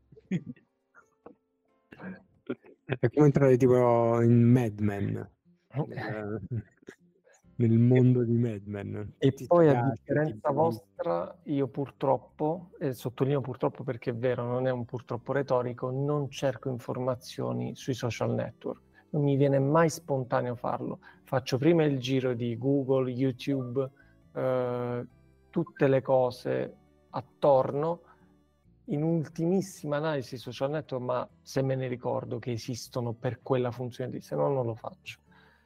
È come entrare tipo in Mad Men, nel, nel mondo di Mad Men. E Tutti poi a spiati, tutti differenza belli. vostra, io purtroppo, e sottolineo purtroppo perché è vero, non è un purtroppo retorico, non cerco informazioni sui social network. Non mi viene mai spontaneo farlo. Faccio prima il giro di Google, YouTube, eh, tutte le cose attorno, in ultimissima analisi social network, ma se me ne ricordo che esistono per quella funzione lì, se no non lo faccio.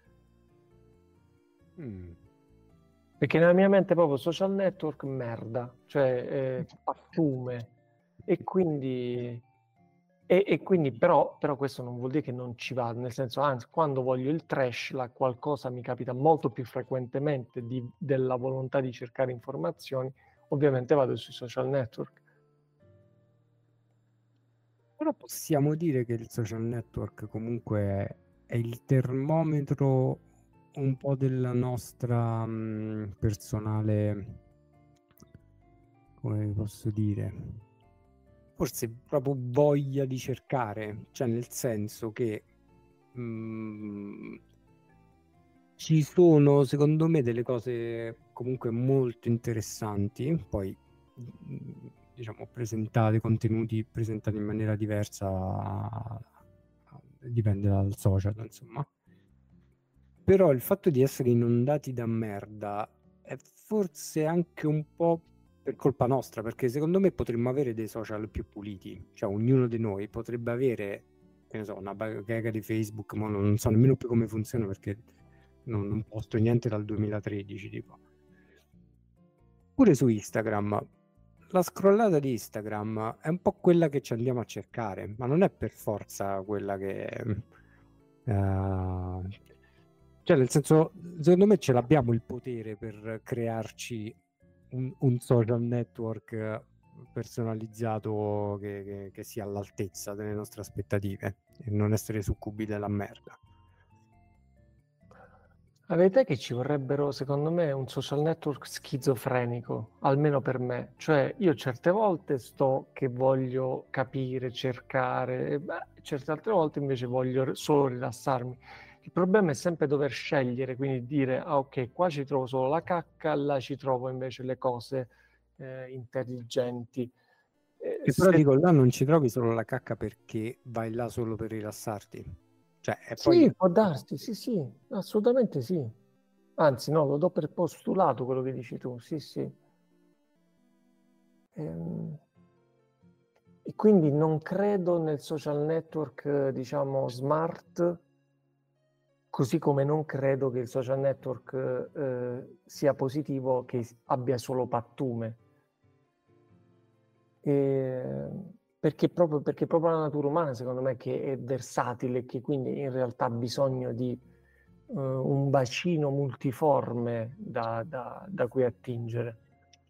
Mm. Perché nella mia mente proprio social network merda, cioè eh, pattume. E quindi, e, e quindi però, però questo non vuol dire che non ci vado, nel senso, anzi, quando voglio il trash, la qualcosa mi capita molto più frequentemente di, della volontà di cercare informazioni, ovviamente vado sui social network. Però possiamo dire che il social network comunque è, è il termometro un po' della nostra mh, personale, come posso dire, forse proprio voglia di cercare, cioè nel senso che mh, ci sono secondo me delle cose comunque molto interessanti, poi mh, diciamo presentate, contenuti presentati in maniera diversa, dipende dal social, insomma. Però il fatto di essere inondati da merda è forse anche un po' per colpa nostra, perché secondo me potremmo avere dei social più puliti, cioè ognuno di noi potrebbe avere, che ne so, una bacheca di Facebook, ma non so nemmeno più come funziona perché non, non posto niente dal duemilatredici, tipo. Pure su Instagram, la scrollata di Instagram è un po' quella che ci andiamo a cercare, ma non è per forza quella che... Uh, cioè, nel senso, secondo me ce l'abbiamo il potere per crearci un, un social network personalizzato che, che, che sia all'altezza delle nostre aspettative e non essere succubi della merda. La verità è che ci vorrebbero, secondo me, un social network schizofrenico, almeno per me. Cioè, io certe volte sto che voglio capire, cercare, e beh, certe altre volte invece voglio solo rilassarmi. Il problema è sempre dover scegliere, quindi dire, ah ok, qua ci trovo solo la cacca, là ci trovo invece le cose eh, intelligenti. Eh, Che però se... dico, là non ci trovi solo la cacca perché vai là solo per rilassarti. Cioè, e Sì, poi... può darsi, sì, sì, assolutamente sì. Anzi, no, lo do per postulato quello che dici tu, sì, sì. Ehm, E quindi non credo nel social network, eh, diciamo, smart, così come non credo che il social network eh, sia positivo che abbia solo pattume. E perché proprio, perché proprio la natura umana, secondo me, che è versatile e che quindi in realtà ha bisogno di uh, un bacino multiforme da, da, da cui attingere.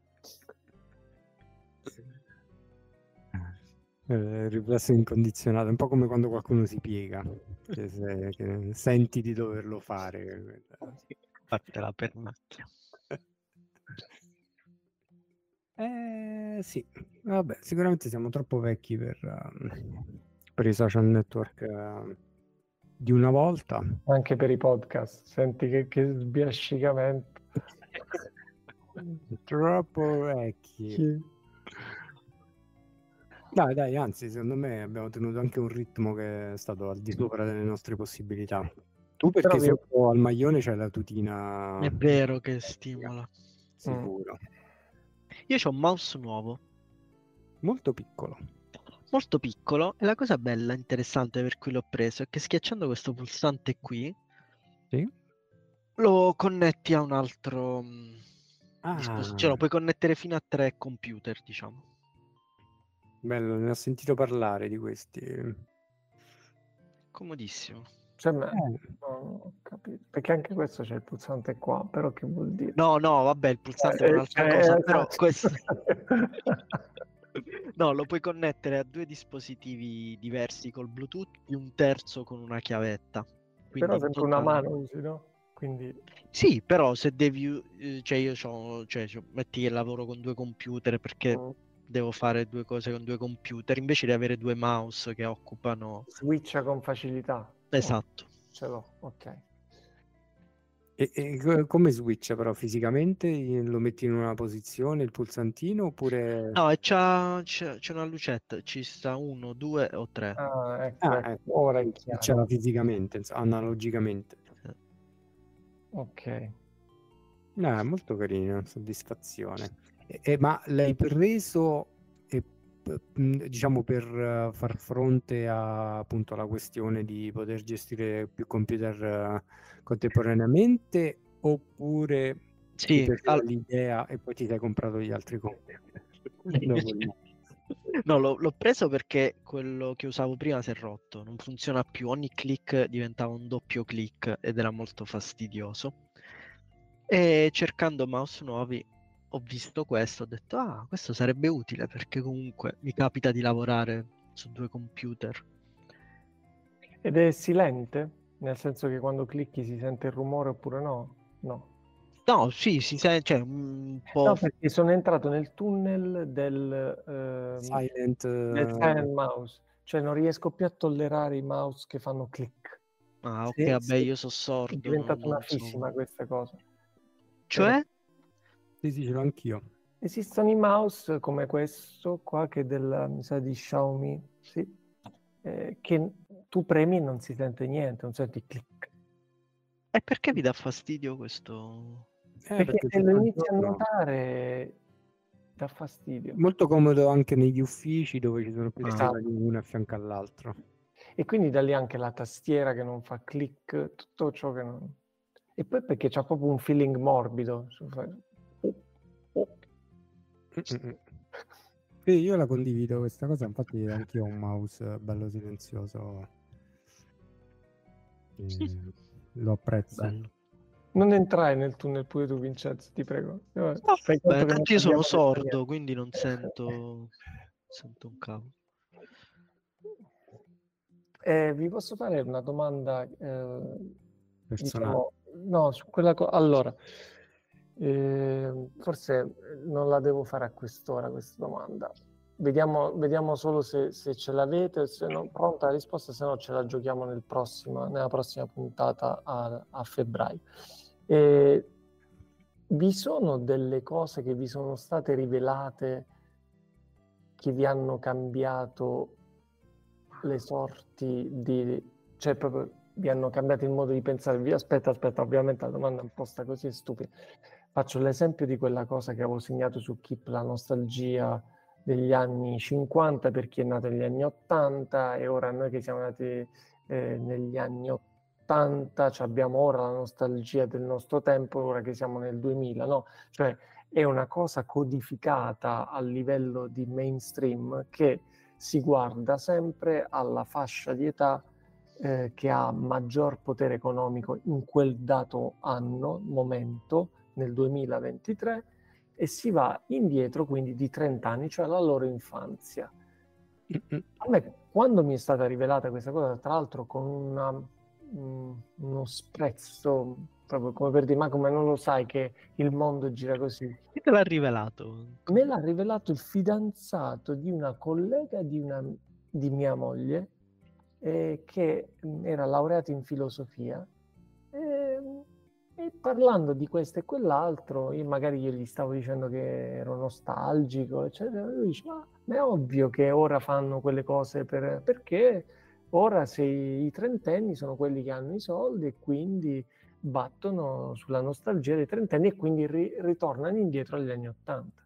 Eh, riflesso incondizionato, un po' come quando qualcuno si piega, che se, che senti di doverlo fare. Fatela per macchia. Eh, Eh sì, vabbè, sicuramente siamo troppo vecchi per, ehm, per i social network eh, di una volta. Anche per i podcast, senti che, che sbiascicamento. Troppo vecchi. Sì. Dai, dai, anzi, secondo me abbiamo tenuto anche un ritmo che è stato al di sopra delle nostre possibilità. Tu perché Però vi- sotto al maglione c'è la tutina È vero che stimola. sicuro. Io c'ho un mouse nuovo, Molto piccolo. molto piccolo, e la cosa bella, interessante per cui l'ho preso è che schiacciando questo pulsante qui Sì? lo connetti a un altro mm, Ah, dispositivo, cioè lo puoi connettere fino a tre computer, diciamo. bello, ne ho sentito parlare di questi. Comodissimo. Cioè, ma- Eh, no, ho capito. Perché anche questo c'è il pulsante qua, però che vuol dire? No, no, vabbè, il pulsante è Eh, un'altra cioè, cosa, eh, però esatto. questo... No, lo puoi connettere a due dispositivi diversi col Bluetooth e un terzo con una chiavetta. Quindi Però in sempre una totale- mano usi, no? Quindi Sì, però se devi, eh, cioè io c'ho, cioè, c'ho- metti che lavoro con due computer perché mm, devo fare due cose con due computer, invece di avere due mouse che occupano... switcha con facilità. Esatto. Oh, ce l'ho, ok. E, e co- come switch però fisicamente? Lo metti in una posizione il pulsantino oppure... No, e c'ha, c'è, c'è una lucetta, ci sta uno, due o tre. Ah, ecco, Ah, ecco, ecco, ora è quindi chiaro. switchala fisicamente, insomma, analogicamente. Ok. Ah, molto carino, soddisfazione. E- e- ma l'hai preso e, p- mh, diciamo per eh, far fronte a, appunto alla questione di poter gestire più computer eh, contemporaneamente oppure ti Sì, piaceva al- l'idea e poi ti sei comprato gli altri computer? Dopo il- No, l'ho, l'ho preso perché quello che usavo prima si è rotto, non funziona più, ogni click diventava un doppio click ed era molto fastidioso. E cercando mouse nuovi ho visto questo, ho detto, ah, questo sarebbe utile perché comunque mi capita di lavorare su due computer. Ed è silente? Nel senso che quando clicchi si sente il rumore oppure no? No. No, sì, si sente, cioè, un po'... No, perché sono entrato nel tunnel del, ehm, Silent del eh, silent mouse, cioè non riesco più a tollerare i mouse che fanno click. Ah, ok, Sì, vabbè, sì. io sono È sordo, diventata non, una non so. fissima questa cosa. Cioè? sì, sì, ce l'ho anch'io. Esistono i mouse come questo qua che è della, mi sa, di Xiaomi, sì, eh, che tu premi e non si sente niente, non senti click. E perché vi dà fastidio questo? Eh, Perché se tutto lo il inizi a giorno- notare dà fastidio. molto comodo anche negli uffici dove ci sono più Ah. scrivani uno a fianco all'altro. E quindi da lì anche la tastiera che non fa click, tutto ciò che non... E poi perché c'ha proprio un feeling morbido. Oh, oh. Mm-mm. Sì, io la condivido questa cosa, infatti anch'io ho un mouse bello silenzioso. E lo apprezzo. Bello. Non entrare nel tunnel pure tu, Vincenzo, ti prego. No, No, fai beh, conto che non tanto io sono abbiamo detto sordo, niente. quindi non sento, sento un cavolo. Eh, vi posso fare una domanda, eh, Personale. diciamo, no, su quella cosa. Allora, eh, forse non la devo fare a quest'ora questa domanda. Vediamo, vediamo solo se, se ce l'avete, se non pronta la risposta, se no ce la giochiamo nel prossimo, nella prossima puntata a, a febbraio. Eh, vi sono delle cose che vi sono state rivelate che vi hanno cambiato le sorti di, cioè proprio vi hanno cambiato il modo di pensare? Vi- Aspetta, aspetta, ovviamente la domanda è un po' sta così è stupida. Faccio l'esempio di quella cosa che avevo segnato su Keep, la nostalgia degli anni cinquanta per chi è nato negli anni ottanta, e ora noi che siamo nati eh, negli anni ottanta cioè abbiamo ora la nostalgia del nostro tempo, ora che siamo nel duemila, no? Cioè è una cosa codificata a livello di mainstream che si guarda sempre alla fascia di età eh, che ha maggior potere economico in quel dato anno, momento, nel duemilaventitré, e si va indietro quindi di trenta anni, cioè la loro infanzia. A me, quando mi è stata rivelata questa cosa, tra l'altro con una, mh, uno sprezzo proprio come per dire, ma come non lo sai che il mondo gira così? Chi te l'ha rivelato? Me l'ha rivelato il fidanzato di una collega di, una, di mia moglie, eh, che era laureato in filosofia, e, e parlando di questo e quell'altro, io magari io gli stavo dicendo che ero nostalgico, eccetera, e lui dice, ma è ovvio che ora fanno quelle cose per, perché ora se i trentenni sono quelli che hanno i soldi e quindi battono sulla nostalgia dei trentenni e quindi ri- ritornano indietro agli anni Ottanta.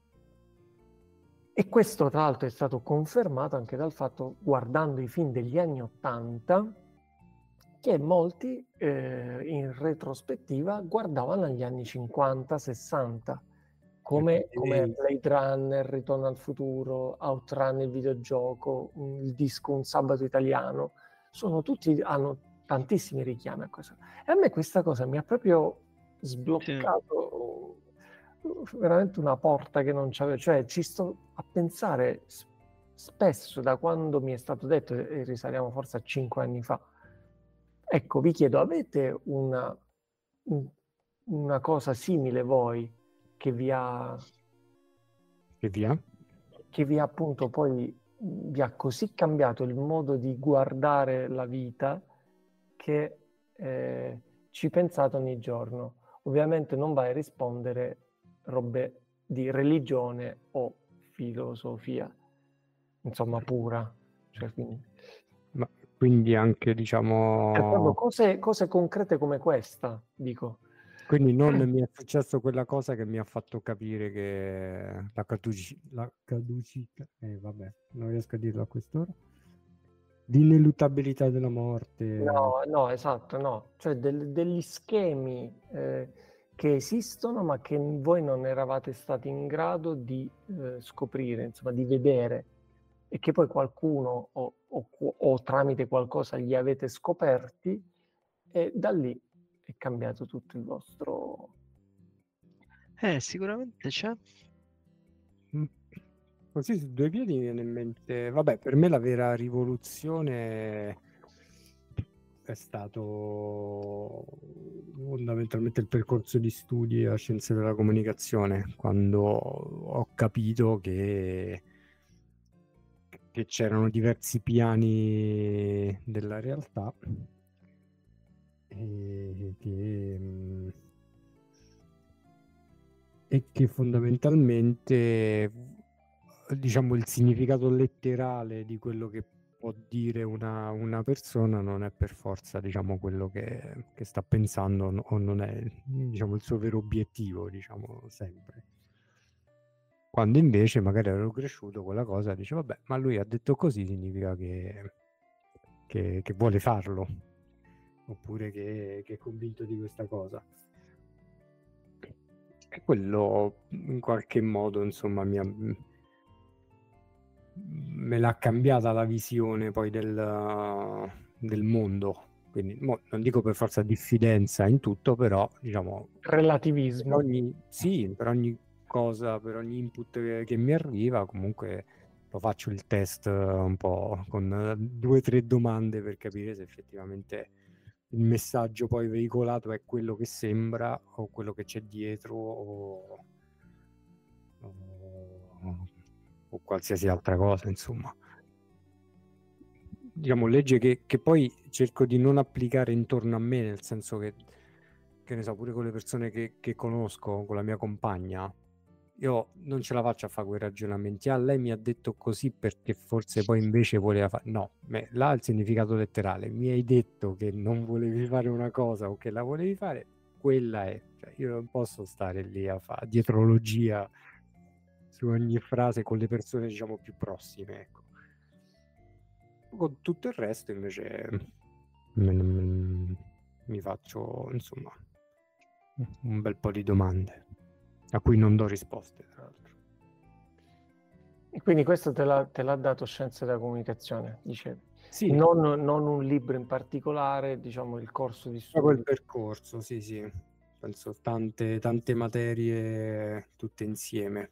E questo tra l'altro è stato confermato anche dal fatto, guardando i film degli anni Ottanta, che molti eh, in retrospettiva guardavano agli anni cinquanta sessanta, come, come Blade Runner, Ritorno al futuro, Outrun il videogioco, il disco Un sabato italiano, sono tutti, hanno tantissimi richiami a questo. E a me questa cosa mi ha proprio sbloccato sì. veramente una porta che non c'avevo, cioè ci sto a pensare spesso da quando mi è stato detto, e risaliamo forse a cinque anni fa. Ecco, vi chiedo, avete una, una cosa simile voi che vi ha che vi ha che vi ha appunto poi vi ha così cambiato il modo di guardare la vita che eh, ci pensate ogni giorno? Ovviamente non vai a rispondere robe di religione o filosofia, insomma pura, cioè, quindi... Ma quindi anche diciamo cose, cose concrete come questa, dico. Quindi non mi è successo quella cosa che mi ha fatto capire che la caduci la caducità eh vabbè, non riesco a dirlo a quest'ora. L'ineluttabilità della morte. No, no, esatto, no. Cioè del, degli schemi eh, che esistono ma che voi non eravate stati in grado di eh, scoprire, insomma, di vedere, e che poi qualcuno o, o, o tramite qualcosa li avete scoperti, e da lì è cambiato tutto il vostro... Eh, sicuramente c'è. Mm. Così su due piedi mi viene in mente, vabbè, per me la vera rivoluzione è stato fondamentalmente il percorso di studi a scienze della comunicazione, quando ho capito che, che c'erano diversi piani della realtà e che, e che fondamentalmente, diciamo, il significato letterale di quello che può dire una, una persona non è per forza, diciamo, quello che, che sta pensando o non è, diciamo, il suo vero obiettivo, diciamo, sempre. Quando invece magari ero cresciuto quella cosa, dice vabbè, ma lui ha detto così, significa che, che, che vuole farlo, oppure che, che è convinto di questa cosa. E quello in qualche modo, insomma, mi ha, me l'ha cambiata la visione poi del, del mondo. Quindi mo, non dico per forza diffidenza in tutto, però diciamo relativismo. Per ogni, sì, per ogni cosa, per ogni input che, che mi arriva, comunque lo faccio il test un po' con due o tre domande per capire se effettivamente il messaggio poi veicolato è quello che sembra o quello che c'è dietro o, o, o qualsiasi altra cosa, insomma. Diciamo, legge che, che poi cerco di non applicare intorno a me, nel senso che, che ne so, pure con le persone che, che conosco, con la mia compagna, io non ce la faccio a fare quei ragionamenti. Ah, lei mi ha detto così perché forse poi invece voleva fare... No, me, là il significato letterale. Mi hai detto che non volevi fare una cosa o che la volevi fare, quella è. Cioè, io non posso stare lì a fare dietrologia su ogni frase con le persone, diciamo, più prossime, ecco. Con tutto il resto invece me, me, mi faccio, insomma, un bel po' di domande a cui non do risposte, tra l'altro. E quindi questo te l'ha, te l'ha dato Scienze della Comunicazione, dicevi? Sì. Non, non un libro in particolare, diciamo il corso di studio. Proprio il percorso, sì, sì. Penso tante, tante materie tutte insieme.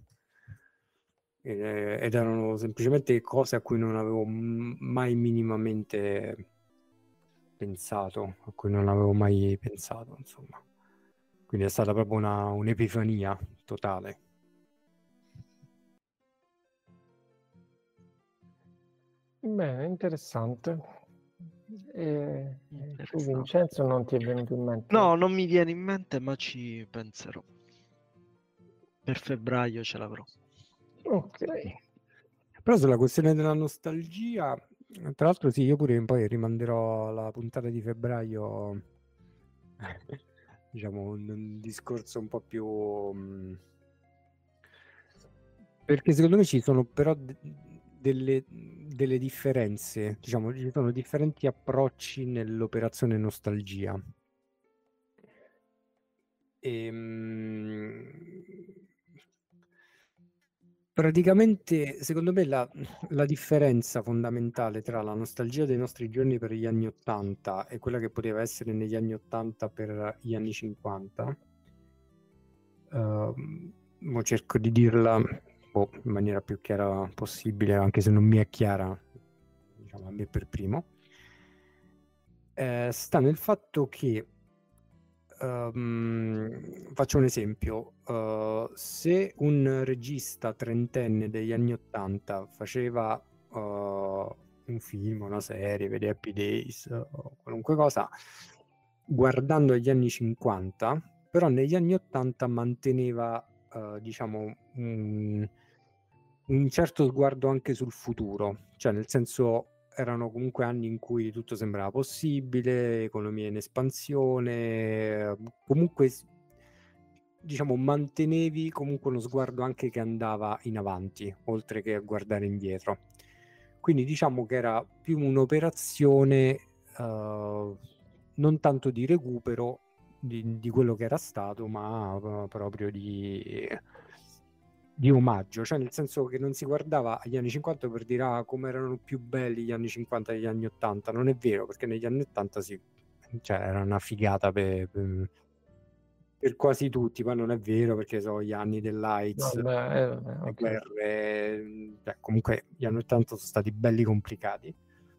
Ed erano semplicemente cose a cui non avevo mai minimamente pensato, a cui non avevo mai pensato, insomma. Quindi è stata proprio una, un'epifania totale. Bene, interessante. E tu, Interessante. Vincenzo, non ti è venuto in mente? No, non mi viene in mente, ma ci penserò. Per febbraio ce l'avrò. Ok. Però sulla questione della nostalgia, tra l'altro sì, io pure poi rimanderò alla puntata di febbraio, diciamo, un, un discorso un po' più... mh, perché secondo me ci sono però de- delle, delle differenze, diciamo, ci sono differenti approcci nell'operazione nostalgia. Ehm, praticamente, secondo me, la, la differenza fondamentale tra la nostalgia dei nostri giorni per gli anni ottanta e quella che poteva essere negli anni ottanta per gli anni cinquanta, ehm, mo cerco di dirla boh, in maniera più chiara possibile, anche se non mi è chiara, diciamo, a me per primo, eh, sta nel fatto che Um, faccio un esempio, uh, se un regista trentenne degli anni ottanta faceva uh, un film, una serie, vedi Happy Days o qualunque cosa, guardando agli anni cinquanta, però negli anni ottanta manteneva uh, diciamo un, un certo sguardo anche sul futuro, cioè nel senso erano comunque anni in cui tutto sembrava possibile, economia in espansione, comunque diciamo mantenevi comunque uno sguardo anche che andava in avanti, oltre che a guardare indietro. Quindi diciamo che era più un'operazione uh, non tanto di recupero di, di quello che era stato, ma uh, proprio di di omaggio, cioè nel senso che non si guardava agli anni cinquanta per dire ah, come erano più belli gli anni cinquanta e gli anni ottanta. Non è vero, perché negli anni ottanta sì, cioè era una figata per, per, per quasi tutti, ma non è vero perché sono gli anni dell'AIDS, Vabbè, eh, vabbè, le ok. guerre, cioè, comunque gli anni ottanta sono stati belli complicati.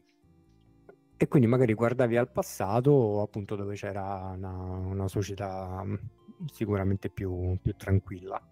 E quindi magari guardavi al passato, appunto, dove c'era una, una società sicuramente più, più tranquilla.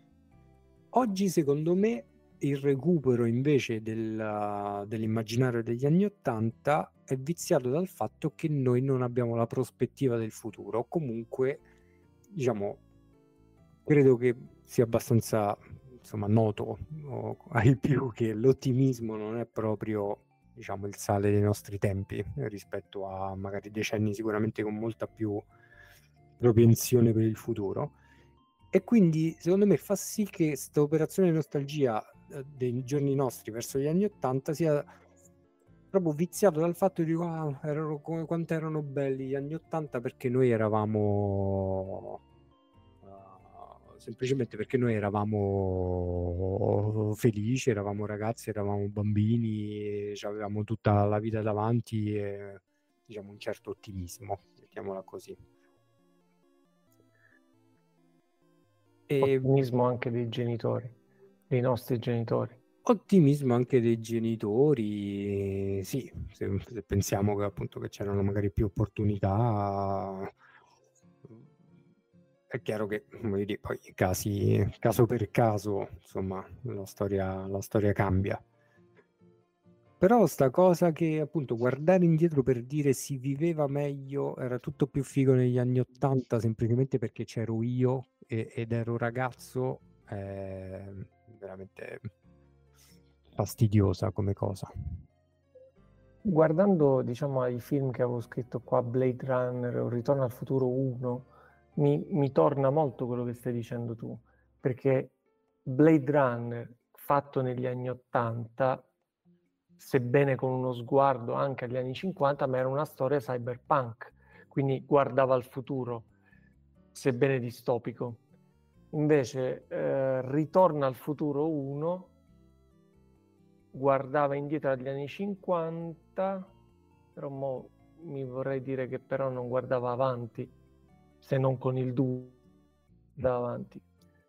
Oggi, secondo me, il recupero invece del, dell'immaginario degli anni Ottanta è viziato dal fatto che noi non abbiamo la prospettiva del futuro. Comunque, diciamo, credo che sia abbastanza, insomma, noto o, ai più che l'ottimismo non è proprio, diciamo, il sale dei nostri tempi rispetto a magari decenni sicuramente con molta più propensione per il futuro. E quindi secondo me fa sì che questa operazione di nostalgia eh, dei giorni nostri verso gli anni Ottanta sia proprio viziato dal fatto di ah, erano come quanto erano belli gli anni Ottanta perché noi eravamo uh, semplicemente perché noi eravamo felici, eravamo ragazzi, eravamo bambini, avevamo tutta la vita davanti e diciamo un certo ottimismo, mettiamola così. E Ottimismo anche dei genitori, dei nostri genitori. ottimismo anche dei genitori, sì, se, se pensiamo che appunto che c'erano magari più opportunità, è chiaro che voglio dire, poi casi, caso per caso, insomma, la storia, la storia cambia. Però sta cosa che appunto guardare indietro per dire si viveva meglio, era tutto più figo negli anni Ottanta semplicemente perché c'ero io e, ed ero ragazzo, è veramente fastidiosa come cosa. Guardando, diciamo, ai film che avevo scritto qua, Blade Runner o Ritorno al futuro uno, mi, mi torna molto quello che stai dicendo tu, perché Blade Runner, fatto negli anni Ottanta, sebbene con uno sguardo anche agli anni cinquanta, ma era una storia cyberpunk, quindi guardava al futuro, sebbene distopico. Invece eh, Ritorno al futuro uno guardava indietro agli anni cinquanta, però mo mi vorrei dire che però non guardava avanti, se non con il due davanti.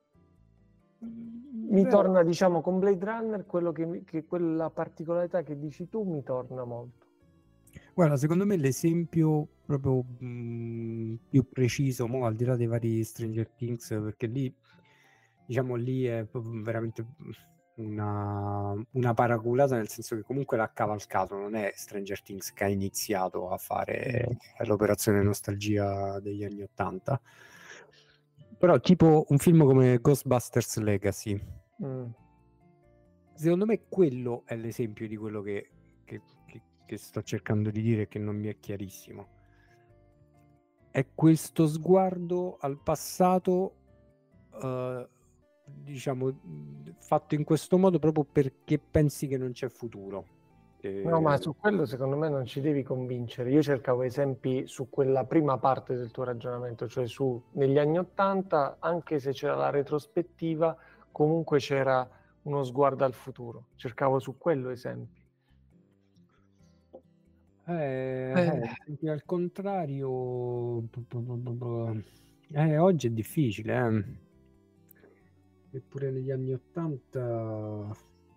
Mi Beh, torna, diciamo, con Blade Runner quello che, mi, che quella particolarità che dici tu mi torna molto. Guarda, secondo me l'esempio proprio mh, più preciso, mo, al di là dei vari Stranger Things, perché lì, diciamo, lì è proprio veramente una, una paraculata, nel senso che comunque l'ha cavalcato, non è Stranger Things che ha iniziato a fare l'operazione nostalgia degli anni Ottanta. Però tipo un film come Ghostbusters Legacy, Mm. secondo me quello è l'esempio di quello che, che, che, che sto cercando di dire, che non mi è chiarissimo. È questo sguardo al passato, eh, diciamo, mh, fatto in questo modo proprio perché pensi che non c'è futuro. Eh, No, ma su quello secondo me non ci devi convincere. Io cercavo esempi su quella prima parte del tuo ragionamento, cioè su negli anni Ottanta, anche se c'era la retrospettiva, comunque c'era uno sguardo al futuro. Cercavo su quello esempi. Eh, Eh. eh, al contrario, eh, oggi è difficile, eh. Eppure negli anni Ottanta.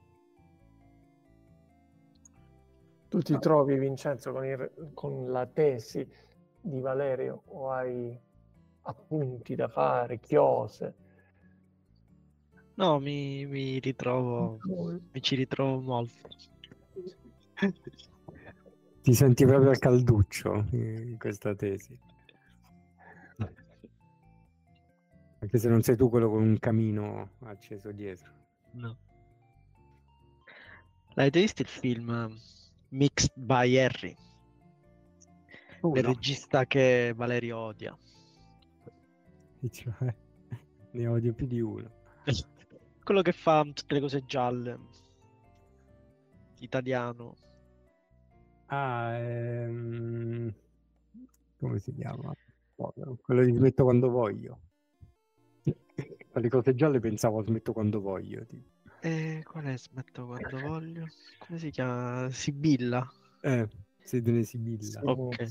Tu ti trovi, Vincenzo, con, il, con la tesi di Valerio, o hai appunti da fare, chiose? No, mi, mi ritrovo, mi ci ritrovo molto. Ti senti proprio al calduccio in questa tesi. Anche se non sei tu quello con un camino acceso dietro. No. L'avete visto il film Mixed by Harry? Oh, del no. regista che Valerio odia. E cioè, ne odio più di uno. Quello che fa tutte le cose gialle. Italiano. Ah, ehm... come si chiama? Povero. Quello di Smetto quando voglio. Le cose gialle pensavo Smetto quando voglio. Tipo. E qual è Smetto quando voglio? Come si chiama? Sibilla. Eh, Sidney Sibilla. Ok.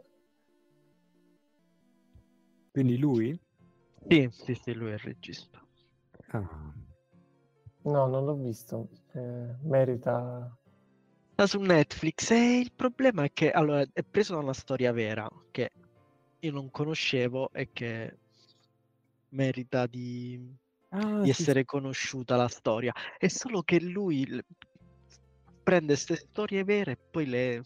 Quindi lui? Sì, sì, sì, lui è il regista. Ah. No, non l'ho visto. Eh, merita... Sta su Netflix e il problema è che allora è preso da una storia vera che io non conoscevo e che merita di, Ah, di sì, essere conosciuta la storia. È solo che lui l- prende queste storie vere e poi le,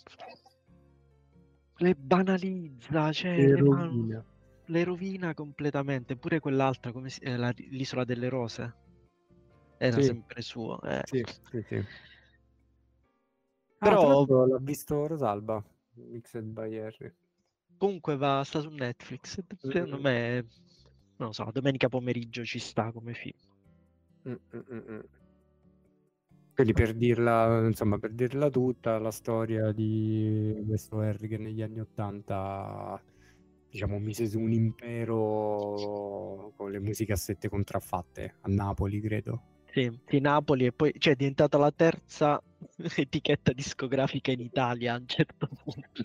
le banalizza, cioè Le le, fa- rovina. le rovina completamente. Pure quell'altra, come si, eh, la- l'Isola delle Rose, era Sì, sempre suo. eh. sì, sì, sì. Ah, tra Però l'altro l'ha visto Rosalba, Mixed by Harry. comunque va, sta su Netflix. e Secondo Mm, me, non lo so, domenica pomeriggio ci sta come film. mm, mm, mm, mm. Quindi per dirla, insomma, per dirla tutta, la storia di questo Harry che negli anni Ottanta, diciamo, mise su un impero con le musicassette contraffatte a Napoli, credo. Sì, di Napoli e poi cioè, è diventata la terza etichetta discografica in Italia a un certo punto.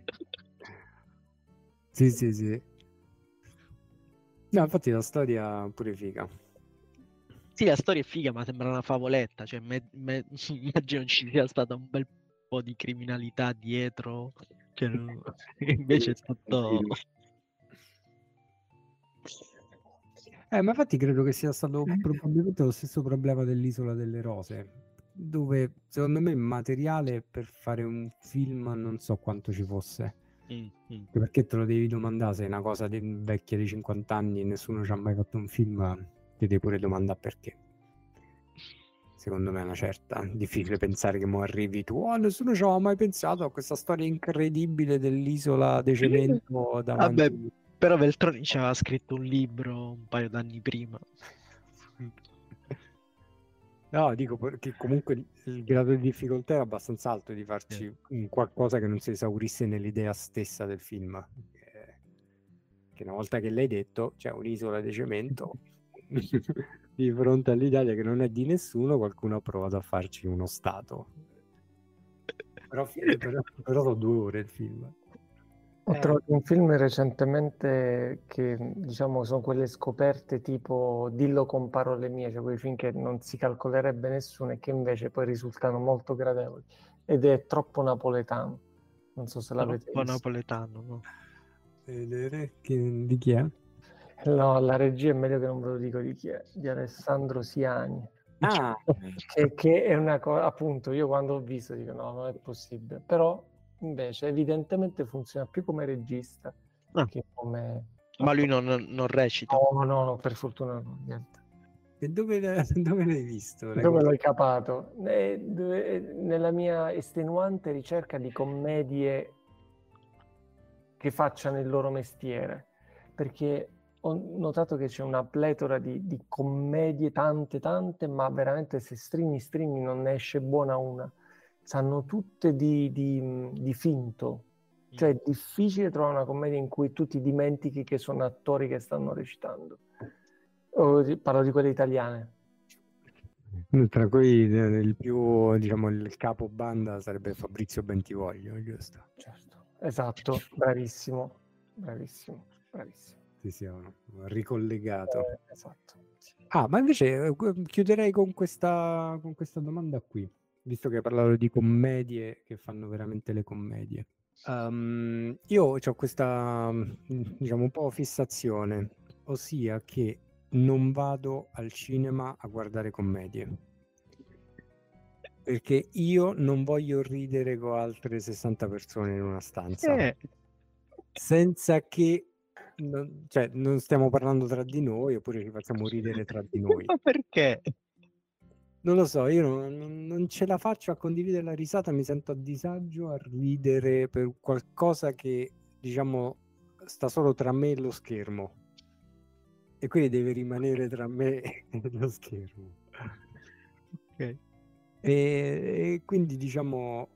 Sì, sì, sì. No, infatti la storia pure figa. Sì, la storia è figa, ma sembra una favoletta. Cioè, me- me- immagino ci sia stata un bel po' di criminalità dietro. Cioè, no, invece è tutto. Eh, ma infatti credo che sia stato probabilmente lo stesso problema dell'Isola delle Rose, dove secondo me materiale per fare un film non so quanto ci fosse. Mm, mm. Perché te lo devi domandare se è una cosa di, vecchia di cinquanta anni e nessuno ci ha mai fatto un film, ti devi pure domandare perché. Secondo me è una certa. Difficile pensare che mo arrivi tu, oh, nessuno ci aveva mai pensato a questa storia incredibile dell'isola di cemento davanti. Vabbè, però Veltroni ci aveva scritto un libro un paio d'anni prima. No, dico che comunque il grado di difficoltà era abbastanza alto di farci un qualcosa che non si esaurisse nell'idea stessa del film. Che, che una volta che l'hai detto, c'è un'isola di cemento di fronte all'Italia che non è di nessuno, qualcuno ha provato a farci uno stato. Però, però, però sono due ore il film. Ho Eh. trovato un film recentemente che, diciamo, sono quelle scoperte tipo dillo con parole mie, cioè quei film che non si calcolerebbe nessuno e che invece poi risultano molto gradevoli, ed è Troppo napoletano. Non so se l'avete Troppo visto. napoletano, no? Vedere che- di chi è? No, la regia è meglio che non ve lo dico di chi è, di Alessandro Siani. Ah, Che, che è una cosa, appunto, io quando ho visto dico no, non è possibile. Però invece evidentemente funziona più come regista Ah. che come... Ma lui non, non recita. No, no, no, per fortuna no, niente. e dove, l'hai- dove l'hai visto? L'hai Dove comp- l'hai capato? Eh, dove- nella mia estenuante ricerca di commedie che facciano il loro mestiere, perché ho notato che c'è una pletora di, di commedie, tante, tante, ma veramente se stringi, stringi non ne esce buona una. Sanno tutte di, di- di finto, cioè è difficile trovare una commedia in cui tu ti dimentichi che sono attori che stanno recitando. O di- parlo di quelle italiane. Tra cui eh, il più, diciamo, il capo banda sarebbe Fabrizio Bentivoglio, giusto? Certo, esatto, bravissimo, bravissimo, bravissimo. Sì, sì, ho ho ricollegato. Eh, esatto. Ah, ma invece eh, que- chiuderei con questa, con questa domanda qui, visto che hai parlato di commedie che fanno veramente le commedie. Ehm, io ho questa, mm, diciamo, un po' fissazione, ossia che non vado al cinema a guardare commedie. Perché io non voglio ridere con altre sessanta persone in una stanza. Eh, Senza che non, cioè, non stiamo parlando tra di noi oppure ci facciamo ridere tra di noi. ma perché? Non lo so, io non, non- non ce la faccio a condividere la risata, mi sento a disagio a ridere per qualcosa che, diciamo, sta solo tra me e lo schermo. E quindi deve rimanere tra me e lo schermo. Ok. E, e quindi, diciamo,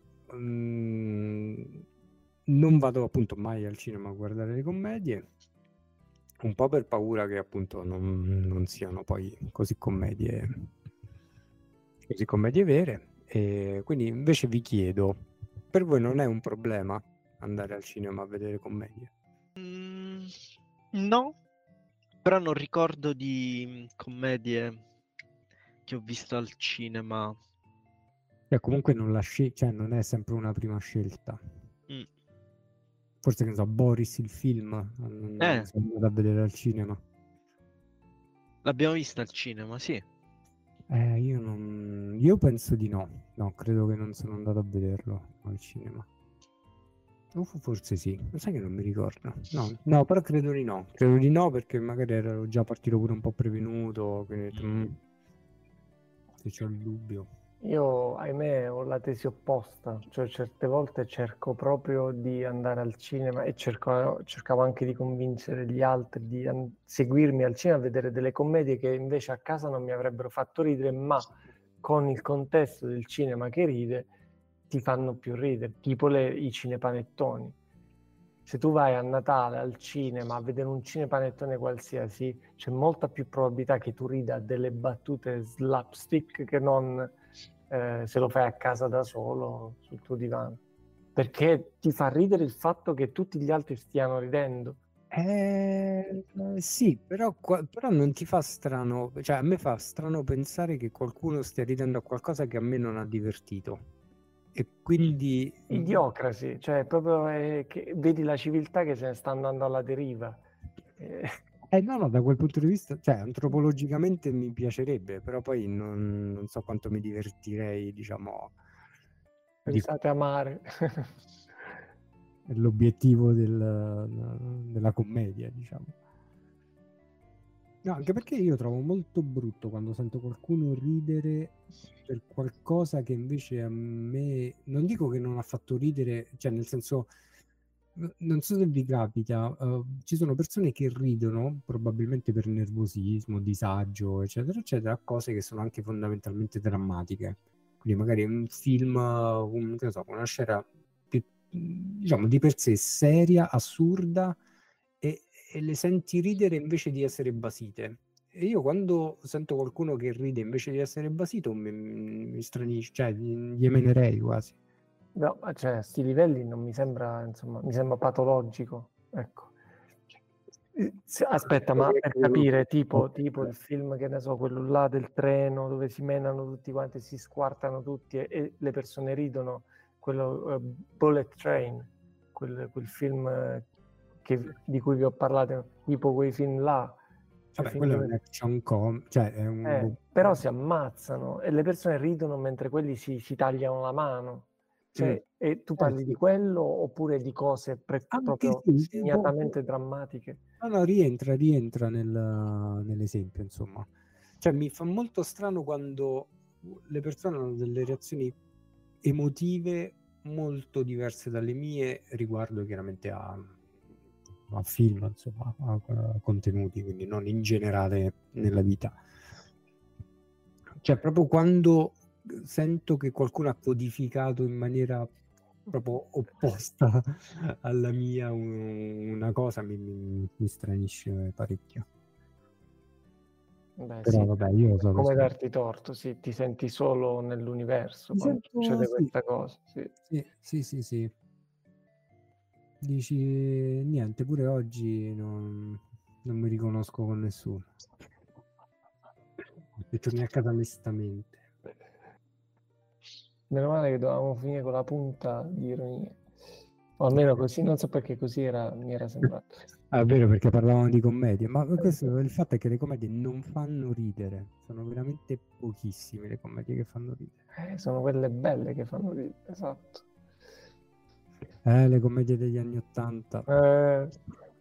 mm, non vado appunto mai al cinema a guardare le commedie, un po' per paura che appunto non, non siano poi così commedie, così commedie vere. E quindi invece vi chiedo, per voi non è un problema andare al cinema a vedere commedie? Mm, no, però non ricordo di mm, commedie che ho visto al cinema. Cioè, comunque non la scel- cioè, non è sempre una prima scelta. Mm. Forse che ne so, Boris il film, non, non Eh. sono andato a vedere al cinema. L'abbiamo vista al cinema, sì. Eh, io non... Io penso di no. No, credo che non sono andato a vederlo al cinema. O fu- forse sì, lo sai che non mi ricordo. No, no, però credo di no. Credo di no perché magari ero già partito pure un po' prevenuto, quindi ho detto, "Mm, se c'ho il dubbio." Io, ahimè, ho la tesi opposta, cioè certe volte cerco proprio di andare al cinema e cerco- cercavo anche di convincere gli altri di an- seguirmi al cinema a vedere delle commedie che invece a casa non mi avrebbero fatto ridere, ma con il contesto del cinema che ride ti fanno più ridere, tipo le- i cinepanettoni. Se tu vai a Natale al cinema a vedere un cinepanettone qualsiasi, c'è molta più probabilità che tu rida delle battute slapstick che non eh, se lo fai a casa da solo sul tuo divano. Perché ti fa ridere il fatto che tutti gli altri stiano ridendo. Eh, eh, sì, però, qua- però non ti fa strano, cioè a me fa strano pensare che qualcuno stia ridendo a qualcosa che a me non ha divertito. E quindi... Idiocrasi, cioè proprio eh, che vedi la civiltà che se ne sta andando alla deriva. Eh, Eh no, no, da quel punto di vista, cioè antropologicamente mi piacerebbe, però poi non, non so quanto mi divertirei, diciamo, di Risate amare. l'obiettivo del- della commedia, diciamo. No, anche perché io trovo molto brutto quando sento qualcuno ridere per qualcosa che invece a me, non dico che non ha fatto ridere, cioè nel senso, n- non so se vi capita, eh, ci sono persone che ridono probabilmente per nervosismo, disagio, eccetera, eccetera, a cose che sono anche fondamentalmente drammatiche. Quindi magari un film, un, che ne so, una scena più, diciamo, di per sé seria, assurda, e, e le senti ridere invece di essere basite. E io quando sento qualcuno che ride invece di essere basito mi, mi stranisce, cioè gli emenerei quasi. No, cioè a sti livelli non mi sembra, insomma, mi sembra patologico. Ecco. Se- Aspetta, ma per capire, tipo, tipo il film, che ne so, quello là del treno dove si menano tutti quanti, si squartano tutti e, e le persone ridono, quello uh, Bullet Train, quel, quel film uh, che, di cui vi ho parlato, tipo quei film là. Cioè Vabbè, film quello dove... è un action com, cioè è un... eh, però si ammazzano e le persone ridono mentre quelli si, si tagliano la mano. Cioè, Mm. e tu Eh, parli sì. di quello oppure di cose pre- Anche proprio sì, segnatamente boh, drammatiche? No, no, rientra, rientra nel, nell'esempio, insomma. Cioè, mi fa molto strano quando le persone hanno delle reazioni emotive molto diverse dalle mie riguardo chiaramente a, a film, insomma, a, a contenuti, quindi non in generale nella vita. Cioè, proprio quando sento che qualcuno ha codificato in maniera proprio opposta alla mia un- una cosa mi, mi, mi stranisce parecchio. Beh, Però sì, vabbè, io lo so che come sono- darti torto, sì, ti senti solo nell'universo Mi quando sento- succede sì. questa cosa. Sì. Sì, sì, sì, sì. Dici niente, pure oggi non, non mi riconosco con nessuno. E torni a casa mestamente. Meno male che dovevamo finire con la punta di ironia. O almeno così, non so perché così era, mi era sembrato. Ah, è vero, perché parlavamo di commedie, ma questo il fatto è che le commedie non fanno ridere, sono veramente pochissime le commedie che fanno ridere. Eh, sono quelle belle che fanno ridere, esatto. Eh, le commedie degli anni Ottanta. Eh,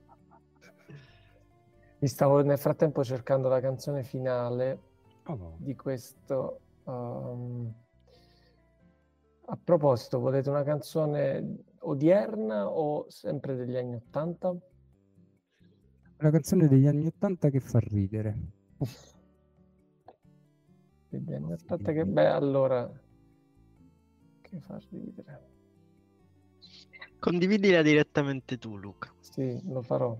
mi stavo nel frattempo cercando la canzone finale Oh, no. di questo. um, A proposito, volete una canzone odierna o sempre degli anni Ottanta? Una canzone degli anni Ottanta che fa ridere. Degli anni Ottanta che beh, allora che fa ridere. Condividila direttamente tu, Luca. Sì, lo farò.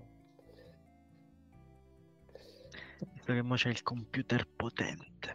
Visto che mo c'è il computer potente.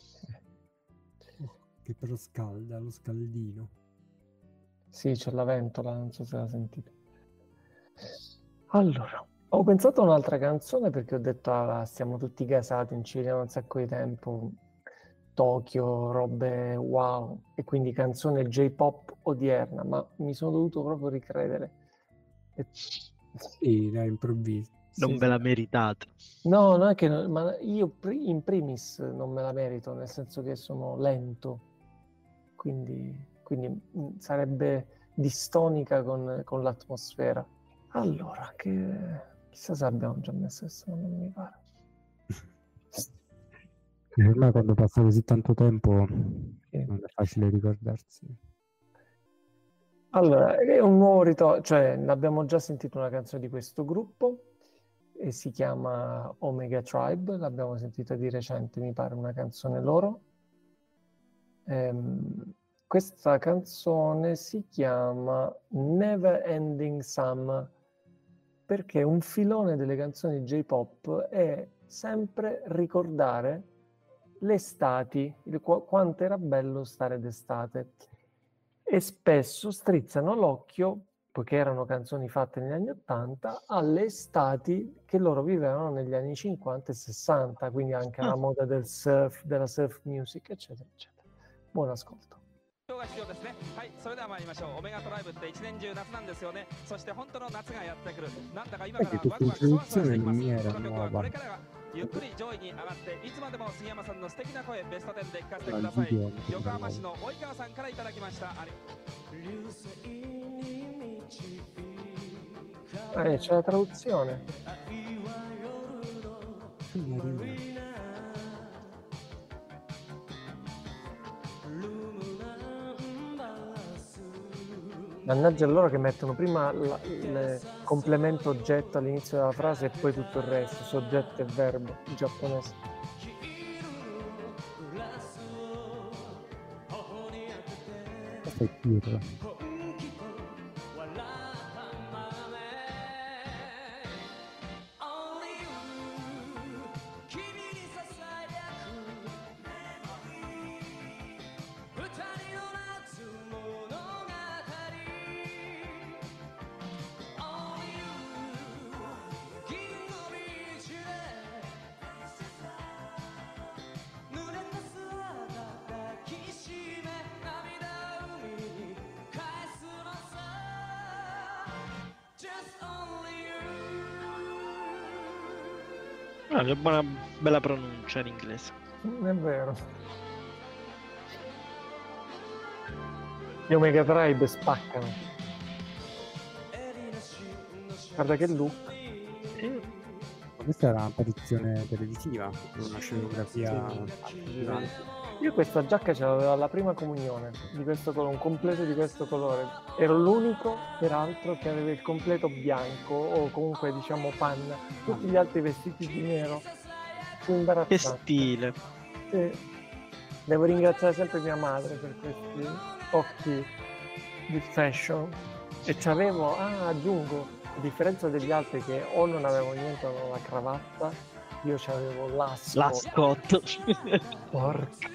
Che però scalda, lo scaldino. Sì, c'è la ventola, non so se la sentite. Allora, ho pensato a un'altra canzone perché ho detto, ah, stiamo tutti gasati in Cile da un sacco di tempo, Tokyo, robe wow, e quindi canzone J-pop odierna, ma mi sono dovuto proprio ricredere. E... Sì, da improvviso. Non Sì, ve la sì. meritate. No, non è che non- ma io pri- in primis non me la merito, nel senso che sono lento, quindi, quindi mh, sarebbe distonica con, con l'atmosfera. Allora, che chissà se abbiamo già messo questo, non mi pare. Ormai quando passa così tanto tempo non è facile ricordarsi. Allora, è un nuovo ritorno, cioè abbiamo già sentito una canzone di questo gruppo e si chiama Omega Tribe, l'abbiamo sentita di recente, mi pare una canzone loro. Ehm, questa canzone si chiama Never Ending Summer perché un filone delle canzoni J-pop è sempre ricordare le estati, il qu- quanto era bello stare d'estate. E spesso strizzano l'occhio, poiché erano canzoni fatte negli anni ottanta, alle estati che loro vivevano negli anni cinquanta e sessanta, quindi anche alla moda del surf, della surf music, eccetera, eccetera. Buon ascolto. が必要ですね。はい、それでは参りましょう。オメガトライブって一年中夏なんですよね。そして本当の夏がやってくる。なんだか今からワクワクそわそわしてきます。この曲はこれからがゆっくり上位に上がっていつまでも杉山さんの素敵な声ベストテンで聞かせてください。横浜市の及川さんからいただきました。あり Eh, c'è la traduzione. Mannaggia loro che mettono prima la, il complemento oggetto all'inizio della frase e poi tutto il resto, soggetto e verbo in giapponese. Questo è Pirlo. Ah, c'è buona, bella pronuncia in inglese. Non è vero. Gli Omega Tribe spaccano. Guarda che look. Questa era un'apparizione televisiva, una scenografia Sì. affascinante. Io questa giacca ce l'avevo alla prima comunione, di questo colore, un completo di questo colore. Ero l'unico, peraltro, che aveva il completo bianco o comunque diciamo panna. Tutti gli altri vestiti di nero. Fu Che imbarazzante. stile. Sì. Devo ringraziare sempre mia madre per questi occhi di fashion. E c'avevo, ah, aggiungo, a differenza degli altri che o non avevo niente con la cravatta, io c'avevo l'asco. L'ascot. Porca.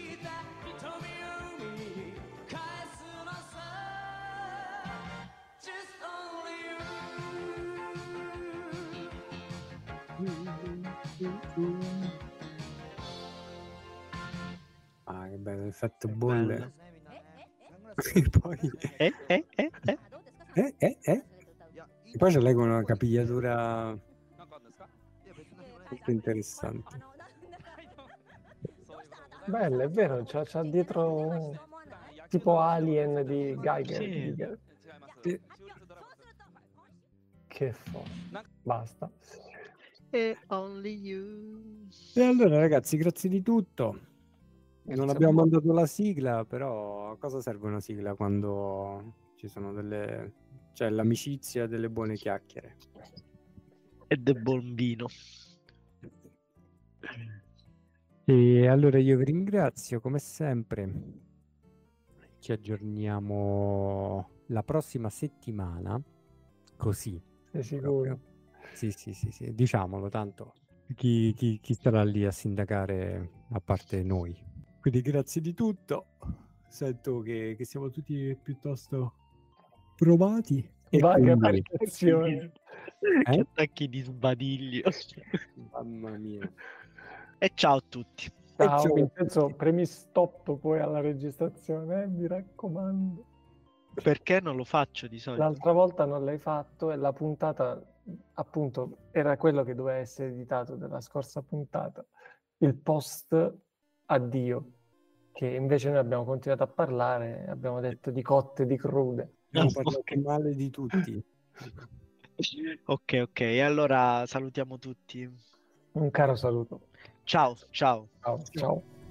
Ah, che bello, l'effetto Che bolle. bello. E poi... Eh, eh, eh, eh. Eh, eh, eh. E poi c'è lei con una capigliatura molto interessante. Bello, è vero, c'ha, c'ha dietro tipo Alien di Geiger. Sì. di- Sì. Che fa? Basta. E only you. E allora ragazzi, grazie di tutto. Non Grazie a abbiamo voi. mandato la sigla, però a cosa serve una sigla quando ci sono delle... c'è l'amicizia delle buone chiacchiere? E del buon vino. E allora io vi ringrazio come sempre. Ci aggiorniamo la prossima settimana. Così. Sei sicuro? Proprio. Sì, sì, sì, sì. Diciamolo, tanto chi, chi, chi starà lì a sindacare a parte noi. Quindi grazie di tutto. Sento che, che siamo tutti piuttosto provati. E Vaga quindi- percezione. Che Eh? attacchi di sbadiglio. Mamma mia. E ciao a tutti. Ciao, ciao. Vincenzo, premi stop poi alla registrazione, eh, mi raccomando. Perché non lo faccio di solito? L'altra volta non l'hai fatto e la puntata, appunto, era quello che doveva essere editato della scorsa puntata, il post addio, che invece noi abbiamo continuato a parlare, abbiamo detto di cotte e di crude. Abbiamo No, parlato ok. male di tutti. Ok, ok. Allora salutiamo tutti. Un caro saluto. Ciao, ciao. Ciao, ciao.